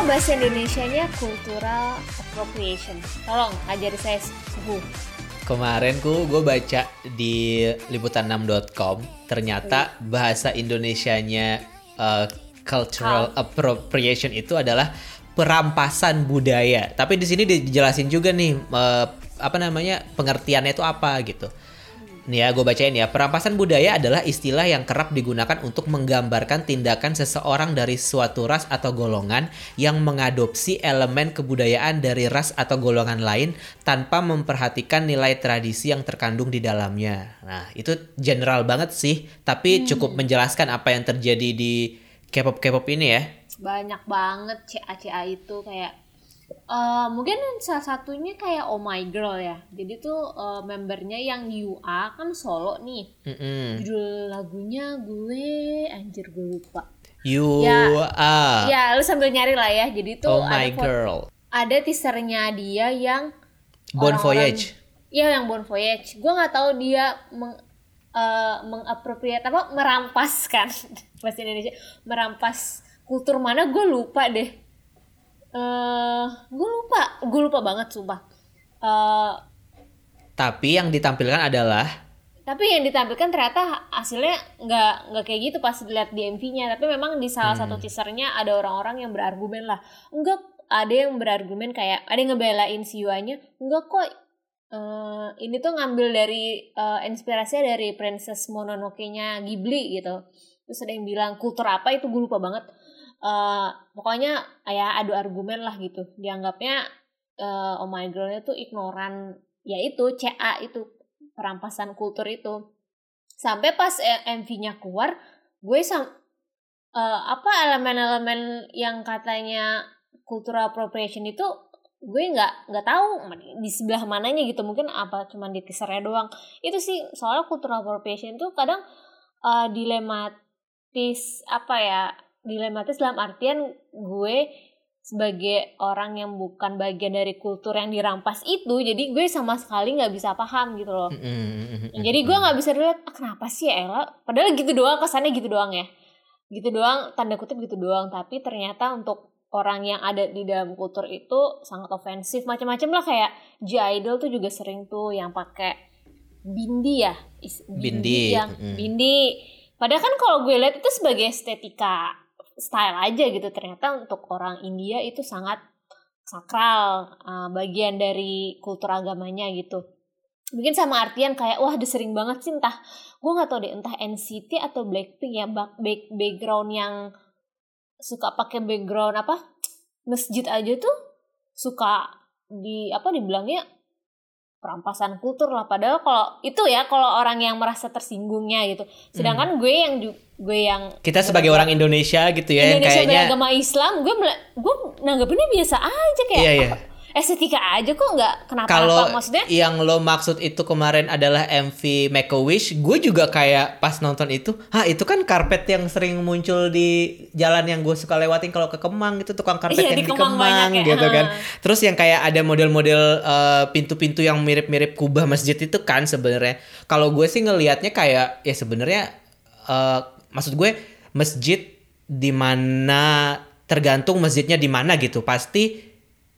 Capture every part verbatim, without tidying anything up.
Apa bahasa Indonesianya cultural appropriation? Tolong ajari saya suhu. Kemarin ku gue baca di liputan enam dot com, ternyata bahasa Indonesianya uh, cultural appropriation itu adalah perampasan budaya. Tapi di sini dijelasin juga nih uh, apa namanya pengertiannya itu apa gitu. Nih ya, gue bacain ya. Perampasan budaya adalah istilah yang kerap digunakan untuk menggambarkan tindakan seseorang dari suatu ras atau golongan yang mengadopsi elemen kebudayaan dari ras atau golongan lain tanpa memperhatikan nilai tradisi yang terkandung di dalamnya. Nah, itu general banget sih, tapi hmm. cukup menjelaskan apa yang terjadi di K-pop K-pop ini ya. Banyak banget C A C A itu kayak Uh, mungkin salah satunya kayak Oh My Girl ya. Jadi tuh uh, membernya yang U A kan solo nih. Mm-hmm. Judul lagunya gue anjir gue lupa. U A. Ya, ya lu sambil nyari lah ya. Jadi tuh Oh My ada Girl. Ada teasernya dia yang Bon Voyage. Iya yang Bon Voyage. Gue nggak tahu dia meng uh, mengappropriate apa merampaskan bahasa Indonesia merampas kultur mana gue lupa deh. Uh, gue lupa, gue lupa banget sumpah. Uh, tapi yang ditampilkan adalah, tapi yang ditampilkan ternyata hasilnya nggak nggak kayak gitu pas dilihat di M V-nya. Tapi memang di salah hmm. satu teasernya ada orang-orang yang berargumen lah. Enggak, ada yang berargumen kayak ada yang ngebelain si Yuanya. Enggak kok, uh, ini tuh ngambil dari uh, inspirasinya dari Princess Mononoke-nya Ghibli gitu. Terus ada yang bilang kultur apa itu gue lupa banget. Uh, pokoknya ya adu argumen lah gitu. Dianggapnya uh, Oh My Girl-nya tuh ignoran. Ya itu C A itu perampasan kultur itu. Sampai pas M V-nya keluar, gue sam uh, apa elemen-elemen yang katanya cultural appropriation itu gue nggak nggak tahu di sebelah mananya gitu. Mungkin apa cuman di teasernya doang. Itu sih soalnya cultural appropriation itu kadang uh, dilematis apa ya? dilematis dalam artian gue sebagai orang yang bukan bagian dari kultur yang dirampas itu, jadi gue sama sekali nggak bisa paham gitu loh. Mm-hmm. Jadi gue nggak bisa dilihat ah, kenapa sih ya Ella, padahal gitu doang kesannya gitu doang ya, gitu doang tanda kutip gitu doang, tapi ternyata untuk orang yang ada di dalam kultur itu sangat ofensif, macam-macam lah kayak J-Idol tuh juga sering tuh yang pakai bindi ya, bindi, bindi. yang mm. bindi. Padahal kan kalau gue lihat itu sebagai estetika style aja gitu, ternyata untuk orang India itu sangat sakral, uh, bagian dari kultur agamanya gitu. Mungkin sama artian kayak wah udah sering banget sih, entah gue nggak tahu deh entah N C T atau Blackpink ya back, background yang suka pakai background apa masjid aja tuh suka di apa dibilangnya perampasan kultur lah, padahal kalau itu ya kalau orang yang merasa tersinggungnya gitu. Sedangkan hmm. gue yang gue yang kita sebagai orang Indonesia gitu ya, Indonesia yang kayaknya beragama Islam, gue gue nanggepinnya biasa aja kayak iya, iya. estetika aja kok, nggak kenapa kalau maksudnya. Yang lo maksud itu kemarin adalah M V Make a Wish, gue juga kayak pas nonton itu, ah itu kan karpet yang sering muncul di jalan yang gue suka lewatin kalau ke Kemang, itu tukang karpet iya, yang di, di Kemang, Kemang gitu ha. kan. Terus yang kayak ada model-model uh, pintu-pintu yang mirip-mirip kubah masjid itu kan sebenarnya. Kalau gue sih ngelihatnya kayak ya sebenarnya uh, maksud gue masjid di mana tergantung masjidnya di mana gitu, pasti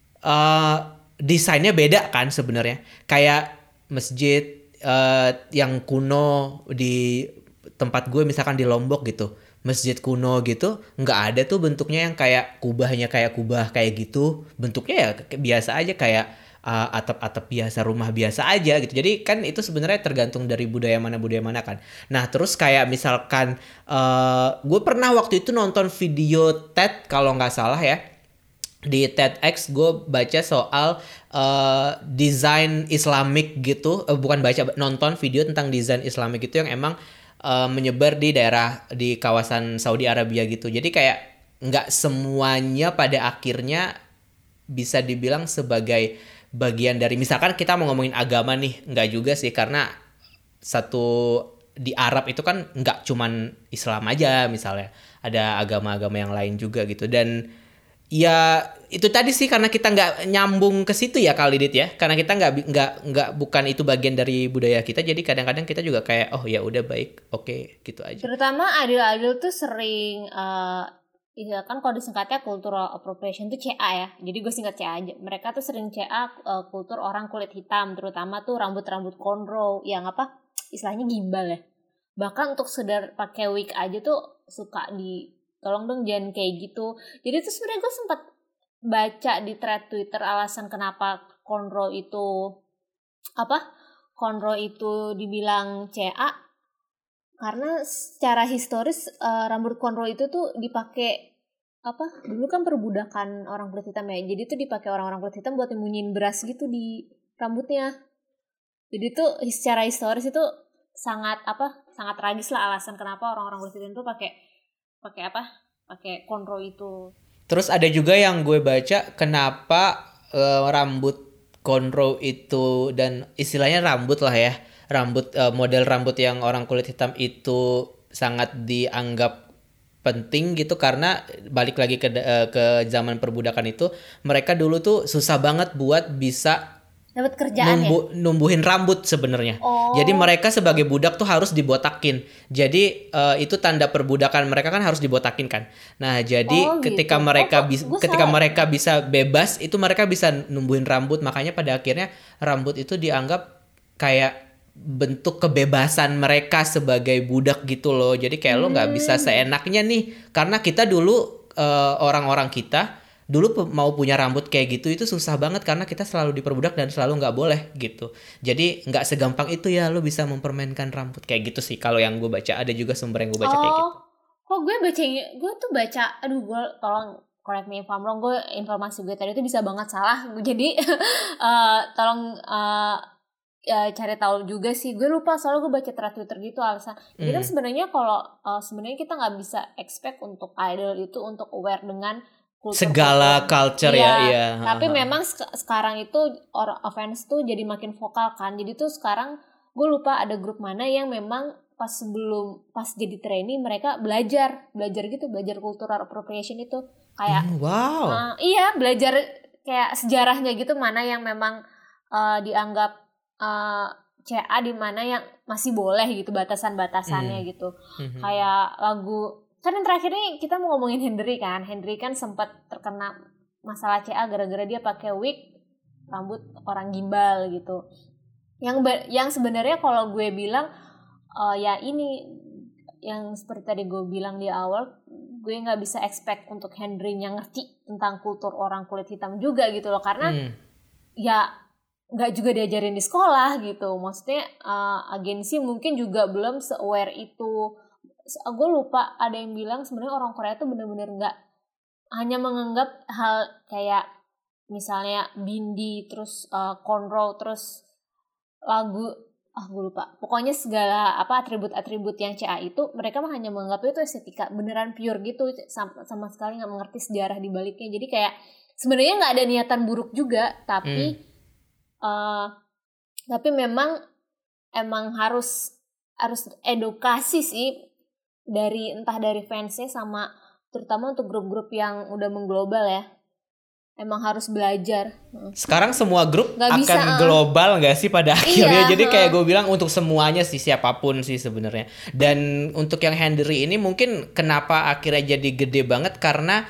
Uh, desainnya beda kan sebenarnya. Kayak masjid uh, yang kuno di tempat gue misalkan di Lombok gitu, masjid kuno gitu, nggak ada tuh bentuknya yang kayak kubahnya kayak kubah kayak gitu. Bentuknya ya biasa aja kayak uh, atap-atap biasa, rumah biasa aja gitu. Jadi kan itu sebenarnya tergantung dari budaya mana budaya mana kan. Nah terus kayak misalkan uh, gue pernah waktu itu nonton video TED kalau nggak salah ya. Di TEDx gue baca soal uh, desain Islamik gitu, uh, bukan baca, nonton video tentang desain Islamik gitu yang emang uh, menyebar di daerah di kawasan Saudi Arabia gitu. Jadi kayak nggak semuanya pada akhirnya bisa dibilang sebagai bagian dari, misalkan kita mau ngomongin agama nih, nggak juga sih, karena satu di Arab itu kan nggak cuman Islam aja, misalnya ada agama-agama yang lain juga gitu. Dan ya itu tadi sih karena kita nggak nyambung ke situ ya kali Dit ya, karena kita nggak nggak nggak bukan itu bagian dari budaya kita, jadi kadang-kadang kita juga kayak oh ya udah baik oke okay, gitu aja. Terutama adil-adil tuh sering uh, Iya kan kalau disingkatnya cultural appropriation itu C A ya. Jadi gue singkat C A aja. Mereka tuh sering C A uh, kultur orang kulit hitam, terutama tuh rambut-rambut cornrow yang apa? Istilahnya gimbal ya. Bahkan untuk sekedar pakai wig aja tuh suka di tolong dong jangan kayak gitu. Jadi tuh sebenarnya gue sempat baca di thread Twitter alasan kenapa cornrow itu apa? Cornrow itu dibilang C A karena secara historis uh, rambut cornrow itu tuh dipakai apa dulu kan perbudakan orang kulit hitam ya, jadi tuh dipakai orang-orang kulit hitam buat nyembunyiin beras gitu di rambutnya. Jadi tuh secara historis itu sangat apa sangat tragis lah alasan kenapa orang-orang kulit hitam tuh pakai pakai apa pakai cornrow itu. Terus ada juga yang gue baca kenapa uh, rambut cornrow itu, dan istilahnya rambut lah ya, rambut uh, model rambut yang orang kulit hitam itu sangat dianggap penting gitu, karena balik lagi ke uh, ke zaman perbudakan itu mereka dulu tuh susah banget buat bisa dapat kerjaan numbu, ya? numbuhin rambut sebenarnya. Oh. Jadi mereka sebagai budak tuh harus dibotakin. Jadi uh, itu tanda perbudakan mereka kan harus dibotakin kan. Nah, jadi oh, ketika gitu. mereka oh, bis, ketika salah. mereka bisa bebas itu mereka bisa numbuhin rambut. Makanya pada akhirnya rambut itu dianggap kayak bentuk kebebasan mereka sebagai budak gitu loh. Jadi kayak hmm. lo nggak bisa seenaknya nih, karena kita dulu uh, orang-orang kita dulu mau punya rambut kayak gitu itu susah banget karena kita selalu diperbudak dan selalu nggak boleh gitu. Jadi nggak segampang itu ya lo bisa mempermainkan rambut kayak gitu sih. Kalau yang gue baca, ada juga sumber yang gue baca oh, kayak gitu. Kok gue baca, gue tuh baca, aduh gue tolong correct me if I'm wrong, gue informasi gue tadi itu bisa banget salah. Jadi uh, tolong uh, ya cari tahu juga sih. Gue lupa soalnya gue baca thread Twitter gitu alasan. Jadi hmm. kan sebenarnya kalau uh, sebenarnya kita nggak bisa expect untuk idol itu untuk aware dengan segala culture ya, ya. Tapi memang se- sekarang itu orang fans tuh jadi makin vokal kan. Jadi tuh sekarang gue lupa ada grup mana yang memang pas sebelum pas jadi trainee mereka belajar belajar gitu belajar cultural appropriation itu kayak mm, wow uh, iya belajar kayak sejarahnya gitu, mana yang memang uh, dianggap uh, C A, di mana yang masih boleh gitu batasan-batasannya mm. gitu. Mm-hmm. Kayak lagu kan yang terakhir nih kita mau ngomongin Hendry kan. Hendry kan sempat terkena masalah C A gara-gara dia pakai wig rambut orang gimbal gitu. Yang be- yang sebenarnya kalau gue bilang uh, ya ini yang seperti tadi gue bilang di awal, gue nggak bisa expect untuk Hendry yang ngerti tentang kultur orang kulit hitam juga gitu loh, karena hmm. ya nggak juga diajarin di sekolah gitu. Maksudnya uh, agensi mungkin juga belum se-aware itu. Gue lupa ada yang bilang sebenarnya orang Korea tuh benar-benar nggak hanya menganggap hal kayak misalnya bindi terus uh, cornrow terus lagu ah gue lupa pokoknya segala apa atribut-atribut yang C A itu mereka mah hanya menganggap itu estetika beneran pure gitu, sama, sama sekali nggak mengerti sejarah di baliknya. Jadi kayak sebenarnya nggak ada niatan buruk juga, tapi hmm. uh, tapi memang emang harus harus edukasi sih dari entah dari fansnya sama terutama untuk grup-grup yang udah mengglobal ya, emang harus belajar. Sekarang semua grup gak akan bisa, global nggak sih pada akhirnya? Iya, jadi kayak uh. gue bilang untuk semuanya sih, siapapun sih sebenarnya. Dan untuk yang Hendry ini mungkin kenapa akhirnya jadi gede banget karena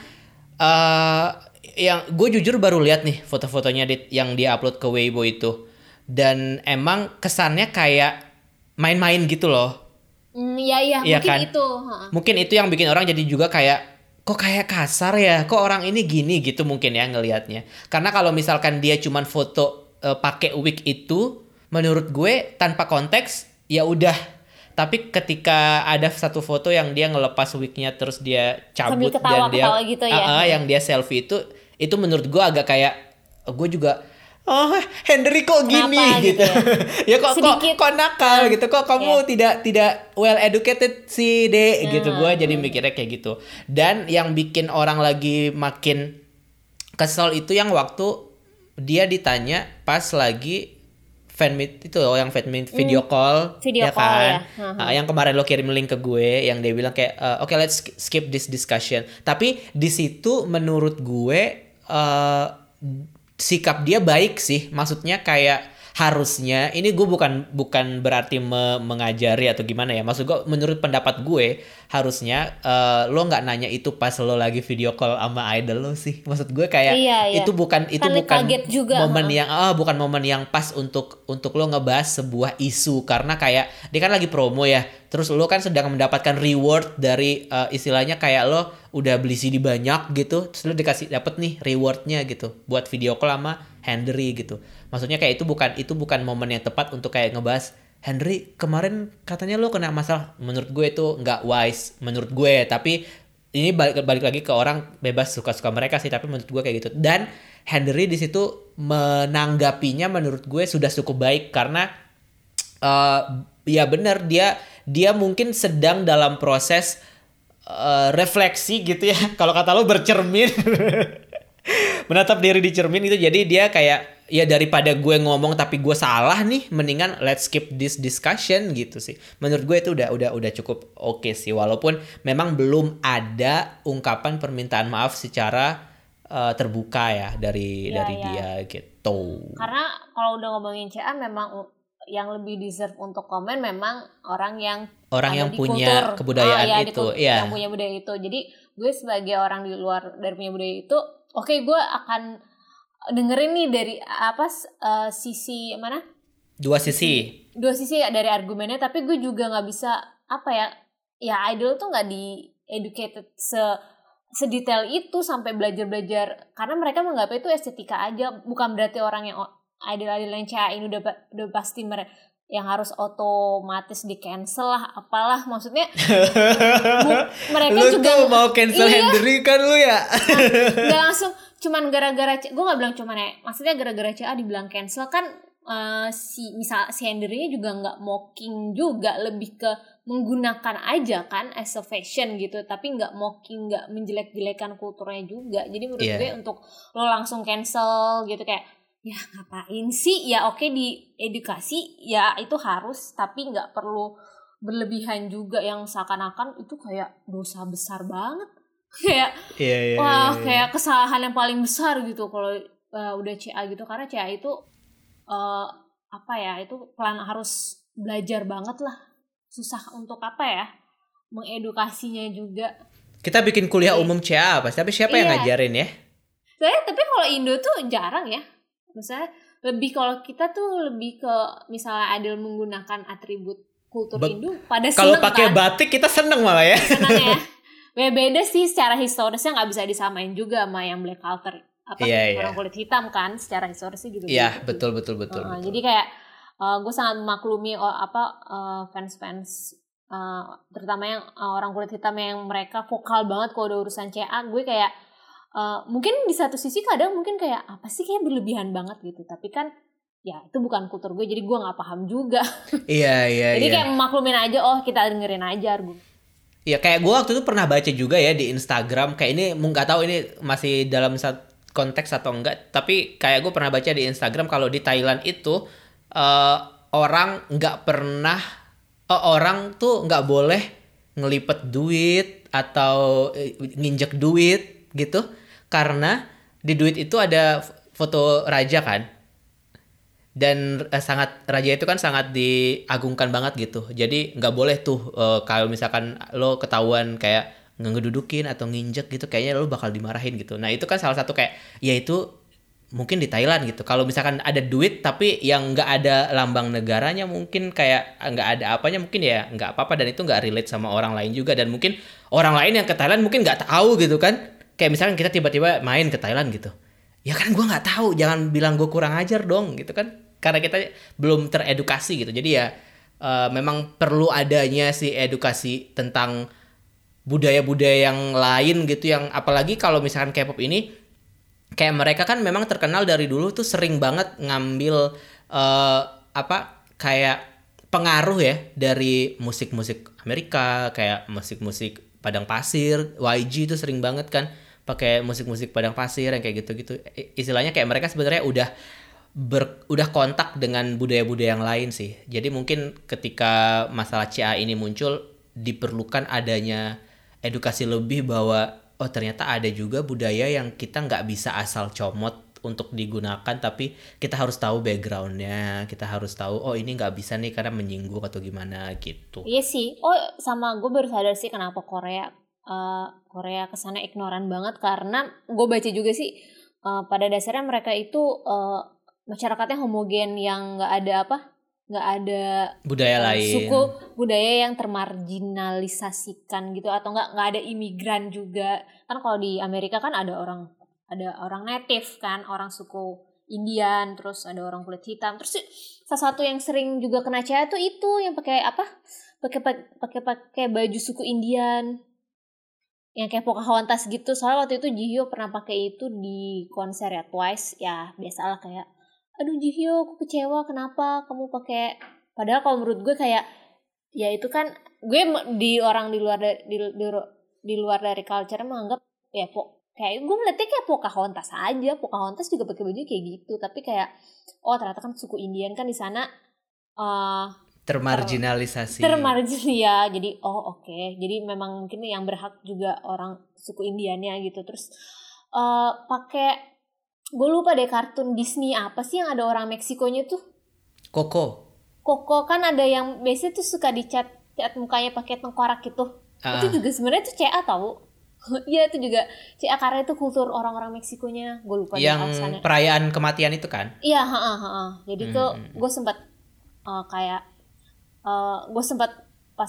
uh, yang gue jujur baru lihat nih foto-fotonya di, yang dia upload ke Weibo itu, dan emang kesannya kayak main-main gitu loh. Mm, iya iya ya mungkin kan? itu. Mungkin itu yang bikin orang jadi juga kayak kok kayak kasar ya, kok orang ini gini gitu mungkin ya ngelihatnya. Karena kalau misalkan dia cuman foto uh, pakai wig itu, menurut gue tanpa konteks ya udah. Tapi ketika ada satu foto yang dia ngelepas wignya terus dia cabut ketawa, dan dia gitu ya. uh, uh, yang dia selfie itu, itu menurut gue agak kayak uh, gue juga oh Hendry kok gini kenapa, gitu, gitu ya, ya kok Sedikit. kok kok nakal gitu, kok kamu yeah. tidak tidak well educated sih dek, gitu. Gue jadi mikirnya kayak gitu. Dan yang bikin orang lagi makin kesel itu yang waktu dia ditanya pas lagi fan meet itu loh, yang fan meet video call, video ya call kan ya. Uh-huh. Uh, yang kemarin lo kirim link ke gue yang dia bilang kayak uh, oke okay, let's skip this discussion. Tapi di situ menurut gue uh, sikap dia baik sih, maksudnya kayak harusnya ini gue bukan bukan berarti me- mengajari atau gimana ya. Maksud gue menurut pendapat gue harusnya uh, lo nggak nanya itu pas lo lagi video call sama idol lo sih. Maksud gue kayak Iya, iya. itu bukan itu Kan bukan kaget juga, momen heeh. yang ah bukan momen yang pas untuk untuk lo ngebahas sebuah isu, karena kayak dia kan lagi promo ya. Terus lo kan sedang mendapatkan reward dari uh, istilahnya kayak lo udah beli C D banyak gitu, terus lo dikasih dapet nih rewardnya gitu buat video call sama Henry gitu. Maksudnya kayak itu bukan itu bukan momen yang tepat untuk kayak ngebahas Henry kemarin katanya lo kena masalah. Menurut gue itu nggak wise menurut gue. Tapi ini balik balik lagi ke orang bebas suka-suka mereka sih. Tapi menurut gue kayak gitu. Dan Henry di situ menanggapinya menurut gue sudah cukup baik karena uh, ya benar dia dia mungkin sedang dalam proses uh, refleksi gitu ya. Kalau kata lo bercermin. Menatap diri di cermin itu, jadi dia kayak ya daripada gue ngomong tapi gue salah nih, mendingan let's skip this discussion gitu sih. Menurut gue itu udah udah udah cukup oke okay sih, walaupun memang belum ada ungkapan permintaan maaf secara uh, terbuka ya dari Iya, dari iya. dia gitu. Karena kalau udah ngomongin C A memang yang lebih deserve untuk komen memang orang yang Orang ada yang di punya kultur. kebudayaan Ah, ya, di itu, kul- iya. yang punya budaya itu. Jadi gue sebagai orang di luar dari punya budaya itu, oke gue akan dengerin nih dari apa uh, sisi mana? Dua sisi. Dua sisi dari argumennya, tapi gue juga nggak bisa apa ya? Ya idol tuh nggak di educated se sedetail itu sampai belajar-belajar, karena mereka menganggap itu estetika aja. Bukan berarti orang yang idol-idol yang C A ini udah udah pasti mereka yang harus otomatis di cancel lah, apalah maksudnya. bu- mereka Lu juga tuh mau cancel iya, Henry kan lu ya? nggak langsung cuman gara-gara C- gue nggak bilang cuman ya, maksudnya gara-gara C A dibilang cancel kan. Uh, si misal si Henry juga nggak mocking juga, lebih ke menggunakan aja kan as a fashion gitu, tapi nggak mocking, nggak menjelek-jelekan kulturnya juga. Jadi menurut Iya. gue untuk lo langsung cancel gitu kayak ya ngapain sih? Ya oke di edukasi ya itu harus, tapi nggak perlu berlebihan juga yang seakan-akan itu kayak dosa besar banget. Kayak Iya, iya, wah iya, iya. kayak kesalahan yang paling besar gitu kalau uh, udah C A gitu, karena C A itu uh, apa ya, itu pelan harus belajar banget lah, susah untuk apa ya mengedukasinya juga. Kita bikin kuliah Iya. umum C A apa? Tapi siapa yang Iya. ngajarin ya? Saya tapi kalau Indo tuh jarang ya, misalnya lebih kalau kita tuh lebih ke misalnya adil menggunakan atribut kultur Be- Indo pada Kalau seneng pakai kan, batik kita seneng malah ya. seneng ya. Be- beda sih secara historisnya, nggak bisa disamain juga sama yang black culture apa Iya, iya. orang kulit hitam kan, secara historisnya juga Iya, beda. betul betul betul. Uh, betul. Jadi kayak uh, gue sangat memaklumi oh, apa uh, fans-fans uh, terutama yang uh, orang kulit hitam yang mereka vokal banget kalau udah urusan C A. Gue kayak uh, mungkin di satu sisi kadang mungkin kayak apa sih kayak berlebihan banget gitu, tapi kan ya itu bukan kultur gue, jadi gue nggak paham juga. Iya iya Jadi iya. kayak memaklumin aja, oh kita dengerin aja gue. Iya kayak gue waktu itu pernah baca juga ya di Instagram, kayak ini nggak tahu ini masih dalam satu konteks atau enggak, tapi kayak gue pernah baca di Instagram kalau di Thailand itu uh, orang nggak pernah uh, orang tuh nggak boleh ngelipet duit atau uh, nginjek duit gitu, karena di duit itu ada foto raja kan. Dan eh, sangat raja itu kan sangat diagungkan banget gitu. Jadi nggak boleh tuh eh, kalau misalkan lo ketahuan kayak ngedudukin atau nginjek gitu, kayaknya lo bakal dimarahin gitu. Nah itu kan salah satu kayak ya itu mungkin di Thailand gitu. Kalau misalkan ada duit tapi yang nggak ada lambang negaranya, mungkin kayak nggak ada apanya, mungkin ya nggak apa-apa, dan itu nggak relate sama orang lain juga. Dan mungkin orang lain yang ke Thailand mungkin nggak tahu gitu kan. Kayak misalkan kita tiba-tiba main ke Thailand gitu. Ya kan gue nggak tahu, jangan bilang gue kurang ajar dong gitu kan. Karena kita belum teredukasi gitu. Jadi ya uh, memang perlu adanya sih edukasi tentang budaya-budaya yang lain gitu, yang apalagi kalau misalkan K-pop ini kayak mereka kan memang terkenal dari dulu tuh sering banget ngambil uh, apa kayak pengaruh ya dari musik-musik Amerika, kayak musik-musik padang pasir, Y G itu sering banget kan pakai musik-musik padang pasir yang kayak gitu-gitu. Istilahnya kayak mereka sebenarnya udah Ber, udah kontak dengan budaya-budaya yang lain sih. Jadi mungkin ketika masalah C A ini muncul, diperlukan adanya edukasi lebih bahwa oh ternyata ada juga budaya yang kita nggak bisa asal comot untuk digunakan, tapi kita harus tahu backgroundnya, kita harus tahu oh ini nggak bisa nih karena menyinggung atau gimana gitu. Iya sih. Oh sama gue baru sadar sih kenapa Korea uh, Korea kesana ignoran banget, karena gue baca juga sih uh, pada dasarnya mereka itu uh, masyarakatnya homogen yang nggak ada apa nggak ada budaya uh, lain, suku budaya yang termarginalisasikan gitu, atau nggak nggak ada imigran juga kan. Kalau di Amerika kan ada orang ada orang native kan, orang suku Indian, terus ada orang kulit hitam. Terus salah satu yang sering juga kena C A tuh itu yang pakai apa pakai pakai pakai baju suku Indian yang kayak Pocahontas gitu. Soalnya waktu itu Jihyo pernah pakai itu di konser ya Twice, ya biasalah kayak aduh Jihyo aku kecewa kenapa kamu pakai, padahal kalau menurut gue kayak ya itu kan gue di orang di luar dari di, di, di luar dari culture menganggap ya po kayak gue melihatnya kayak Pocahontas aja. Pocahontas juga pakai baju kayak gitu, tapi kayak oh ternyata kan suku Indian kan di sana uh, termarginalisasi ter, termargin ya, jadi oh oke okay. Jadi memang mungkin yang berhak juga orang suku Indiannya gitu. Terus uh, pakai gue lupa deh kartun Disney apa sih yang ada orang Meksikonya tuh, Coco Coco kan ada yang biasanya tuh suka dicat cat mukanya pakai tengkorak gitu. Uh. Itu juga sebenarnya tuh C A tau. Iya itu juga C A karena itu kultur orang-orang Meksikonya. Gue lupa yang deh perayaan kematian itu kan. Iya heeh heeh. Jadi hmm. tuh gue sempat uh, kayak uh, gue sempat pas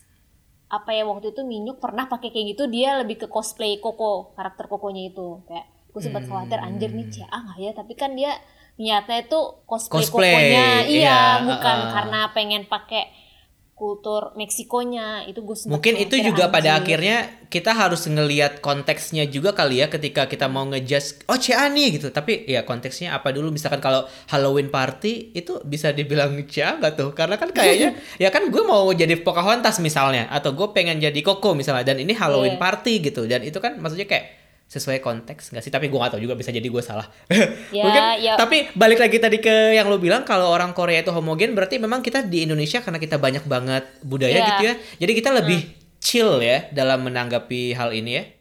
apa ya waktu itu Minyuk pernah pakai kayak gitu, dia lebih ke cosplay Coco, karakter Coco-nya itu. Kayak gue sempat khawatir anjir nih C A nggak ya, tapi kan dia niatnya itu cosplay, cosplay Coco-nya, iya, iya bukan uh, karena pengen pakai kultur Meksikonya. Itu gue sempat mungkin itu juga anjir. Pada akhirnya kita harus ngelihat konteksnya juga kali ya ketika kita mau ngejudge oh C A nih gitu, tapi ya konteksnya apa dulu. Misalkan kalau Halloween party itu bisa dibilang C A nggak tuh, karena kan kayaknya ya kan gue mau jadi Pocahontas misalnya, atau gue pengen jadi Coco misalnya, dan ini Halloween yeah. party gitu, dan itu kan maksudnya kayak sesuai konteks nggak sih? Tapi gue nggak tahu juga, bisa jadi gue salah. Ya, mungkin. Ya. Tapi balik lagi tadi ke yang lo bilang kalau orang Korea itu homogen, berarti memang kita di Indonesia karena kita banyak banget budaya ya. gitu ya. Jadi kita lebih hmm. chill ya dalam menanggapi hal ini ya.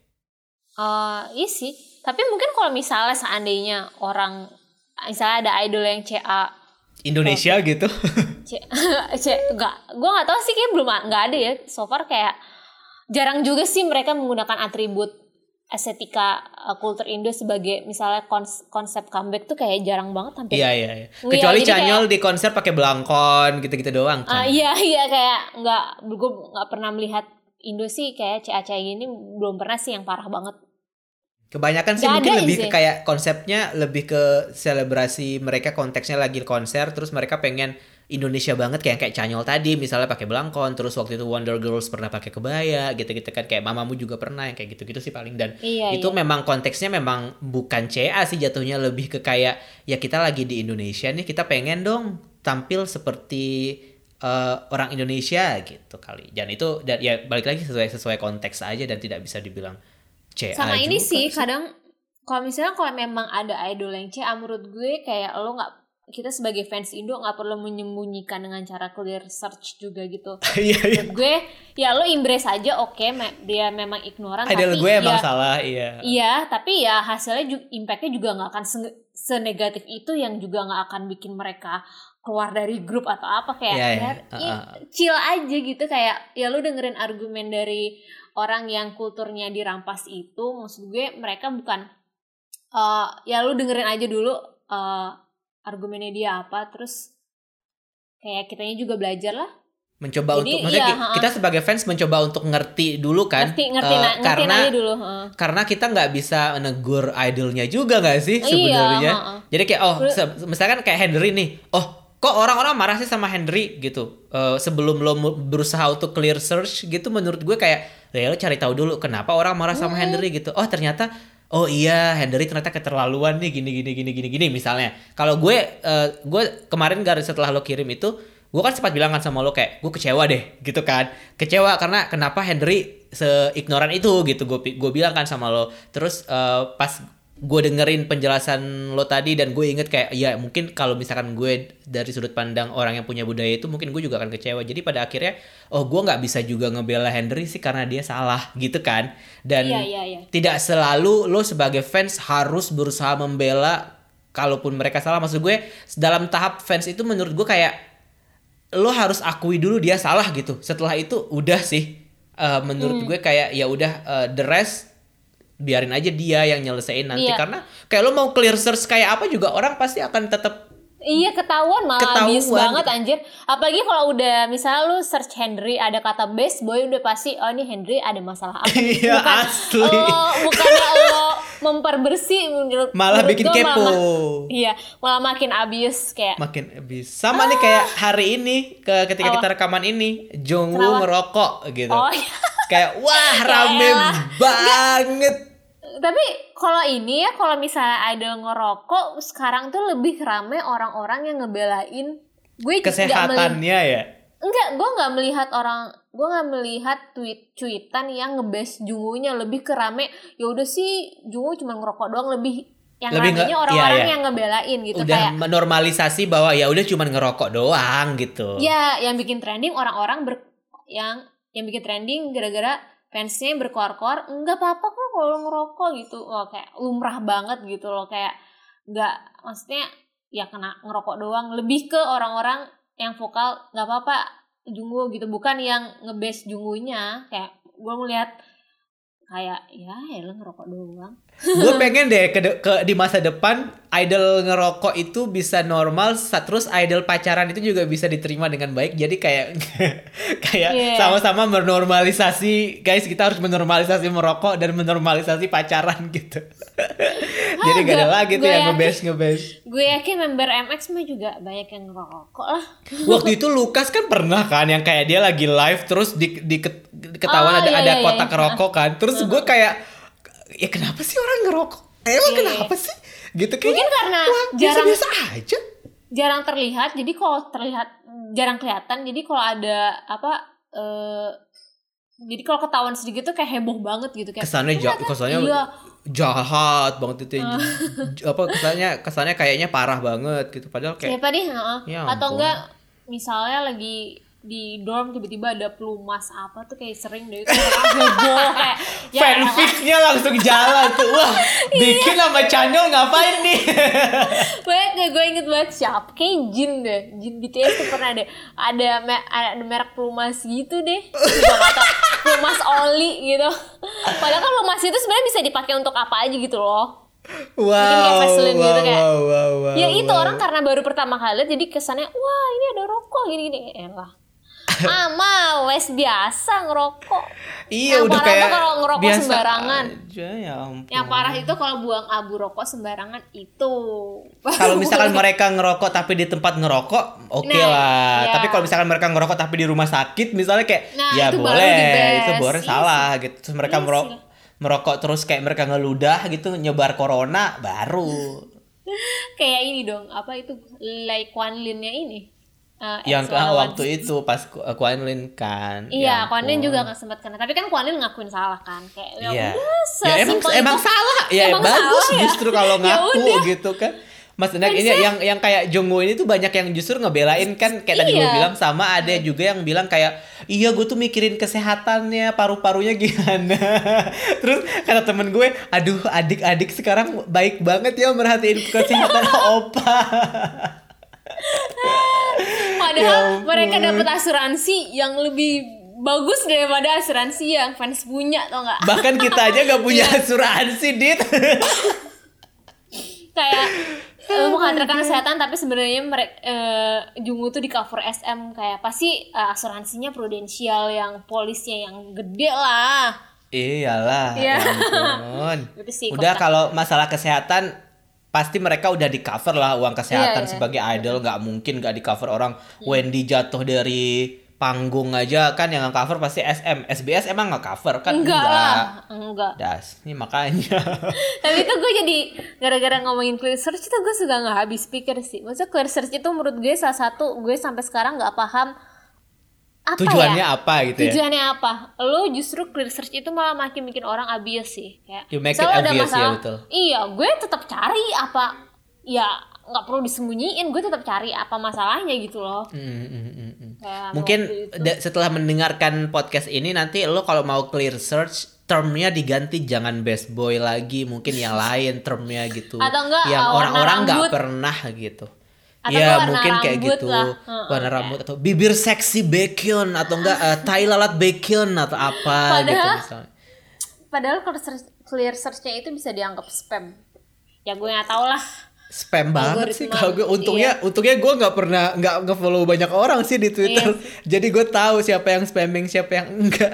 Uh, iya sih. Tapi mungkin kalau misalnya seandainya orang misalnya ada idol yang C A Indonesia oh, gitu. C, C enggak, gue nggak tahu sih, kayak belum nggak ada ya. So far kayak jarang juga sih mereka menggunakan atribut estetika uh, kultur Indo sebagai misalnya kons- konsep comeback tuh kayak jarang banget hampir. Iya iya iya. Kecuali ya, Chanyeol kayak, di konser pakai belangkon gitu-gitu doang. Ah uh, iya iya kayak nggak, gue nggak pernah melihat Indo sih kayak C A C A gini, belum pernah sih yang parah banget. Kebanyakan sih gak mungkin lebih sih. ke kayak konsepnya lebih ke selebrasi, mereka konteksnya lagi konser terus mereka pengen Indonesia banget kayak kayak Chanyeol tadi misalnya pakai belangkon, terus waktu itu Wonder Girls pernah pakai kebaya gitu-gitu kan, kayak Mamamoo juga pernah yang kayak gitu-gitu sih paling. Dan iya, itu iya. memang konteksnya memang bukan C A sih jatuhnya, lebih ke kayak ya kita lagi di Indonesia nih, kita pengen dong tampil seperti uh, orang Indonesia gitu kali. Dan itu dan ya balik lagi sesuai sesuai konteks aja dan tidak bisa dibilang C A. Sama ini juga sih kadang kalau misalnya kalau memang ada idol yang C A, menurut gue kayak lo nggak, kita sebagai fans Indo nggak perlu menyembunyikan dengan cara clear search juga gitu. Iya iya. Gue ya lo embrace aja, oke okay, me- dia memang ignoran. Idol tapi gue emang ya, salah, iya. Iya, tapi ya hasilnya ju- impactnya juga nggak akan se- senegatif itu, yang juga nggak akan bikin mereka keluar dari grup atau apa kayak yeah, yeah. yeah. Uh, uh. chill aja gitu. Kayak ya lo dengerin argumen dari orang yang kulturnya dirampas itu, maksud gue mereka bukan uh, ya lo dengerin aja dulu uh, argumennya dia apa, terus kayak kitanya juga belajar lah, mencoba. Jadi, untuk maksudnya iya, kita uh, sebagai fans mencoba untuk ngerti dulu kan, ngerti ngerti, uh, ngerti karena aja dulu uh. karena kita nggak bisa negur idolnya juga nggak sih sebenarnya. Iya, uh, uh. Jadi kayak oh se- misalkan kayak Henry nih, oh kok orang-orang marah sih sama Henry gitu, uh, sebelum lo berusaha untuk clear search gitu, menurut gue kayak ya lo cari tahu dulu kenapa orang marah sama hmm. Henry gitu. Oh ternyata oh iya Henry ternyata keterlaluan nih gini gini gini gini gini misalnya. Kalau gue uh, gue kemarin garis setelah lo kirim itu, gue kan sempat bilang kan sama lo kayak gue kecewa deh gitu kan, kecewa karena kenapa Henry seignoran itu gitu, gue gue bilang kan sama lo. Terus uh, pas gue dengerin penjelasan lo tadi dan gue inget kayak ya mungkin kalau misalkan gue dari sudut pandang orang yang punya budaya itu mungkin gue juga akan kecewa. Jadi pada akhirnya oh gue nggak bisa juga ngebela Henry sih karena dia salah gitu kan. Dan iya, iya, iya. tidak selalu lo sebagai fans harus berusaha membela kalaupun mereka salah, maksud gue dalam tahap fans itu menurut gue kayak lo harus akui dulu dia salah gitu. Setelah itu udah sih uh, menurut hmm. gue kayak ya udah uh, the rest biarin aja dia yang nyelesain nanti yeah. Karena kayak lo mau clear search kayak apa juga orang pasti akan tetap iya ketahuan malah ketahuan. Bias banget anjir. Apalagi kalau udah misalnya lu search Henry ada kata best boy udah pasti oh ini Henry ada masalah apa. Iya bukan asli. Lo bukannya lo memperbersih menurut malah menurut bikin kepo. Malah, iya malah makin abuse kayak. Makin abuse. Sama ah. nih kayak hari ini ke ketika oh. kita rekaman ini Jungwoo ngerokok gitu. Oh, iya. Kayak wah rame banget. Tapi kalau ini ya kalau misalnya idol ngerokok sekarang tuh lebih rame orang-orang yang ngebelain gue kesehatannya ya. Enggak, gue nggak melihat orang, gue nggak melihat tweet cuitan yang ngebest Jungwoo-nya lebih ke rame. Ya udah sih Jungwoo cuma ngerokok doang, lebih yang lebih ramenya orang-orang iya, iya. yang ngebelain gitu. Udah kayak menormalisasi bahwa ya udah cuma ngerokok doang gitu. Ya, yang bikin trending orang-orang ber, yang yang bikin trending gara-gara fansnya berkoar-koar, enggak apa-apa kok kalau ngerokok gitu. Wah, kayak lumrah banget gitu loh, kayak enggak, maksudnya ya kena ngerokok doang. Lebih ke orang-orang yang vokal enggak apa-apa Jungwoo gitu, bukan yang nge-bash Jungwoo-nya. Kayak gue melihat kayak ya elah ngerokok doang. Gue pengen deh ke, ke di masa depan idol ngerokok itu bisa normal, terus idol pacaran itu juga bisa diterima dengan baik. Jadi kayak kayak yeah. sama-sama menormalisasi, guys, kita harus menormalisasi merokok dan menormalisasi pacaran gitu. Jadi ah, gak ada lagi tuh yang nge-bash nge-bash. Gue yakin member M X mah juga banyak yang ngerokok lah. Waktu itu Lukas kan pernah kan yang kayak dia lagi live terus di, di ketahuan oh, ada iya, ada iya, kotak iya. rokok kan. Terus uh-huh. gue kayak ya kenapa sih orang ngerokok? Emang yeah. kenapa sih? Gitu kayak mungkin karena wah, jarang biasa aja. Jarang terlihat. Jadi kalau terlihat jarang kelihatan. Jadi kalau ada apa uh, jadi kalau ketahuan sedikit tuh kayak heboh banget gitu kayak. Kesannya ja- kesannya iya. jahat banget itu. Uh. Apa kesannya kesannya kayaknya parah banget gitu padahal kayak siapa deh? Uh-uh. Ya, atau enggak misalnya lagi di dorm tiba-tiba ada pelumas apa tuh kayak sering deh itu heboh kayak ya, fanficnya langsung jalan tuh wah bikin sama Chanyeol ngapain nih. Banyak gue inget banget siapa kayak Jin deh Jin B T S tuh pernah deh ada me- ada merek pelumas gitu deh atau pelumas oli gitu padahal kan pelumas itu sebenarnya bisa dipakai untuk apa aja gitu loh. Wow, wow, gitu kayak wow, wow, wow, ya itu wow. orang karena baru pertama kali lihat jadi kesannya wah ini ada rokok gini-gini elah. Ah wes biasa ngerokok. Iya yang udah kayak kalau ngerokok biasa sembarangan. Aja, ya ampun. Yang parah itu kalau buang abu rokok sembarangan itu. Kalau misalkan mereka ngerokok tapi di tempat ngerokok, oke okay nah, lah. Ya. Tapi kalau misalkan mereka ngerokok tapi di rumah sakit, misalnya kayak nah, ya itu boleh, itu boleh salah gitu. Terus mereka yes, merokok, merokok terus kayak mereka ngeludah gitu nyebar corona baru. Kayak ini dong, apa itu Lai Kuan Lin-nya ini. Uh, yang ke waktu itu pas Kuan Lin kan. Iya, Kuan Lin juga nggak sempat kena. Tapi kan Kuan Lin ngakuin salah kan, kayak ya, ya emang emang salah, ya emang bagus salah, justru ya? Kalau ngaku gitu kan. Mas Enak ini yang yang kayak Jungwoo ini tuh banyak yang justru ngebelain kan kayak iya. Tadi gue bilang sama ada juga yang bilang kayak iya gue tuh mikirin kesehatannya paru-parunya gimana. Terus kata temen gue, aduh adik-adik sekarang baik banget ya merhatiin kesehatan opa. Padahal ya mereka dapat asuransi yang lebih bagus daripada asuransi yang fans punya, tau nggak? Bahkan kita aja nggak punya asuransi, Dit. Kayak uh, menghadirkan kesehatan, tapi sebenarnya mereka uh, Jungwoo tuh di cover S M kayak pasti uh, asuransinya prudensial yang polisnya yang gede lah. Iyalah, ya ampun. Udah kalau masalah kesehatan pasti mereka udah di cover lah uang kesehatan yeah, yeah. Sebagai idol nggak mungkin nggak di cover orang. hmm. Wendy jatuh dari panggung aja kan yang cover pasti S M S B S emang nggak cover kan enggak, enggak. lah enggak das ini makanya. Tapi itu gue jadi gara-gara ngomongin clear search itu gue suka nggak habis pikir sih. Maksudnya clear search itu menurut gue salah satu gue sampai sekarang nggak paham apa tujuannya ya? apa gitu ya? Tujuannya apa? Lo justru clear search itu malah makin bikin orang abuse sih. Kayak, you make it obvious ya betul. Iya, gue tetap cari apa. Ya nggak perlu disembunyiin. Gue tetap cari apa masalahnya gitu loh. Mm, mm, mm, mm. Mungkin da- setelah mendengarkan podcast ini nanti lo kalau mau clear search termnya diganti, jangan best boy lagi, mungkin yang lain termnya gitu. Atau enggak yang uh, orang-orang nggak rambut. pernah gitu. Atau ya warna mungkin kayak rambut gitu, lah. Uh, warna okay. rambut atau bibir seksi bacon atau enggak uh, tai lalat bacon atau apa padahal, gitu misalnya. Padahal clear search-nya itu bisa dianggap spam. Ya gue nggak tahu lah. Spam banget sih kalau gue. Untungnya, iya. untungnya gue nggak pernah nggak nge-follow banyak orang sih di Twitter. Iya. Jadi gue tahu siapa yang spamming, siapa yang enggak.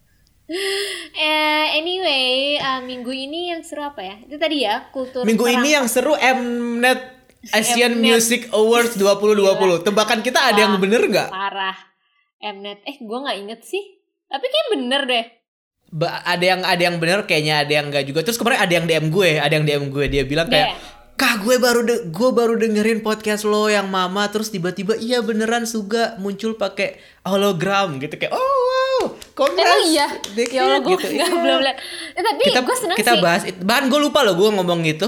Eh, anyway, uh, minggu ini yang seru apa ya? Itu tadi ya kultur. Minggu perang. Ini yang seru Mnet Asian Mnet. Music Awards dua ribu dua puluh. Tebakan kita ada Wah, yang bener nggak? Parah. Mnet, eh gue nggak inget sih. Tapi kayak bener deh. Ba- ada yang ada yang bener, kayaknya ada yang enggak juga. Terus kemarin ada yang D M gue, ada yang D M gue, dia bilang kayak, Kak gue baru de- gue baru dengerin podcast lo yang Mama, terus tiba-tiba iya beneran Suga muncul pakai hologram gitu, kayak oh wow, congrats. Emang iya. Dikit, ya Allah gue gitu. nggak belum lihat. Eh, tapi kita, gue seneng kita sih. Kita bahas, bahkan gue lupa loh gue ngomong gitu.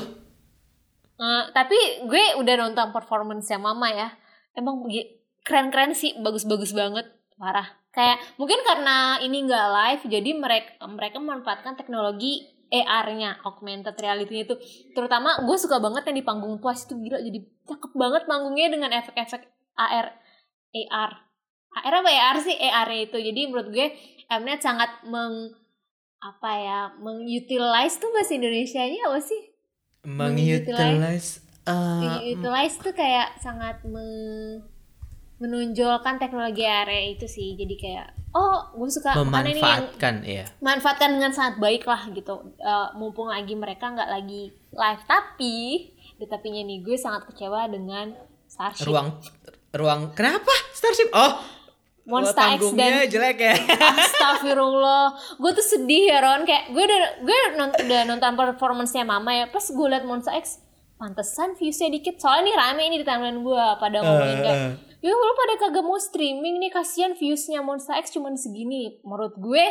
Uh, tapi gue udah nonton performance-nya Mama ya. Emang keren-keren sih, bagus-bagus banget, parah. Kayak mungkin karena ini nggak live, jadi mereka mereka memanfaatkan teknologi A R-nya, augmented reality-nya itu. Terutama gue suka banget yang di panggung Twice itu, gila, jadi cakep banget panggungnya dengan efek-efek A R, A R, A R apa A R sih, A R-nya itu. Jadi menurut gue Mnet sangat meng apa ya, mengutilize tuh bahasa Indonesianya apa sih? Mengutilize, uh, utilize tuh kayak sangat me- menonjolkan teknologi A R itu sih. Jadi kayak oh gue suka memanfaatkan ini yang, ya manfaatkan dengan sangat baik lah gitu. Uh, mumpung lagi mereka nggak lagi live, tapi di tapinya nih gue sangat kecewa dengan Starship. Ruang ruang kenapa Starship? Oh, Monster X dan jelek ya. Astagfirullah, gue tuh sedih ya Ron, kayak gue udah gue nonton, udah nonton performance-nya Mama ya, pas gue liat Monster X, pantesan viewsnya dikit, soalnya nih rame ini di timeline gue pada ngomongin kayak, ya lo pada kagak mau streaming nih, kasihan viewsnya Monster X cuman segini. Menurut gue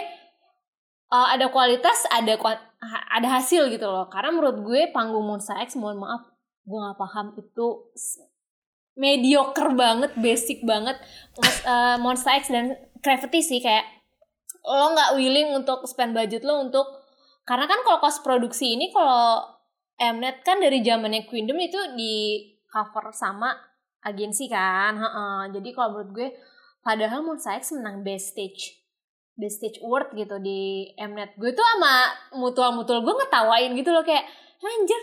uh, ada kualitas, ada ada hasil gitu loh, karena menurut gue panggung Monster X, mohon maaf, gue nggak paham itu mediocre banget, basic banget. uh, Monster X dan Gravity sih kayak lo nggak willing untuk spend budget lo untuk, karena kan kalau cost produksi ini kalau Mnet kan dari zamannya Queendom itu di cover sama agensi kan, ha-ha. Jadi kalau menurut gue, padahal Monster X menang best stage best stage award gitu di Mnet, gue tuh sama mutual-mutual gue ngetawain gitu loh, kayak anjir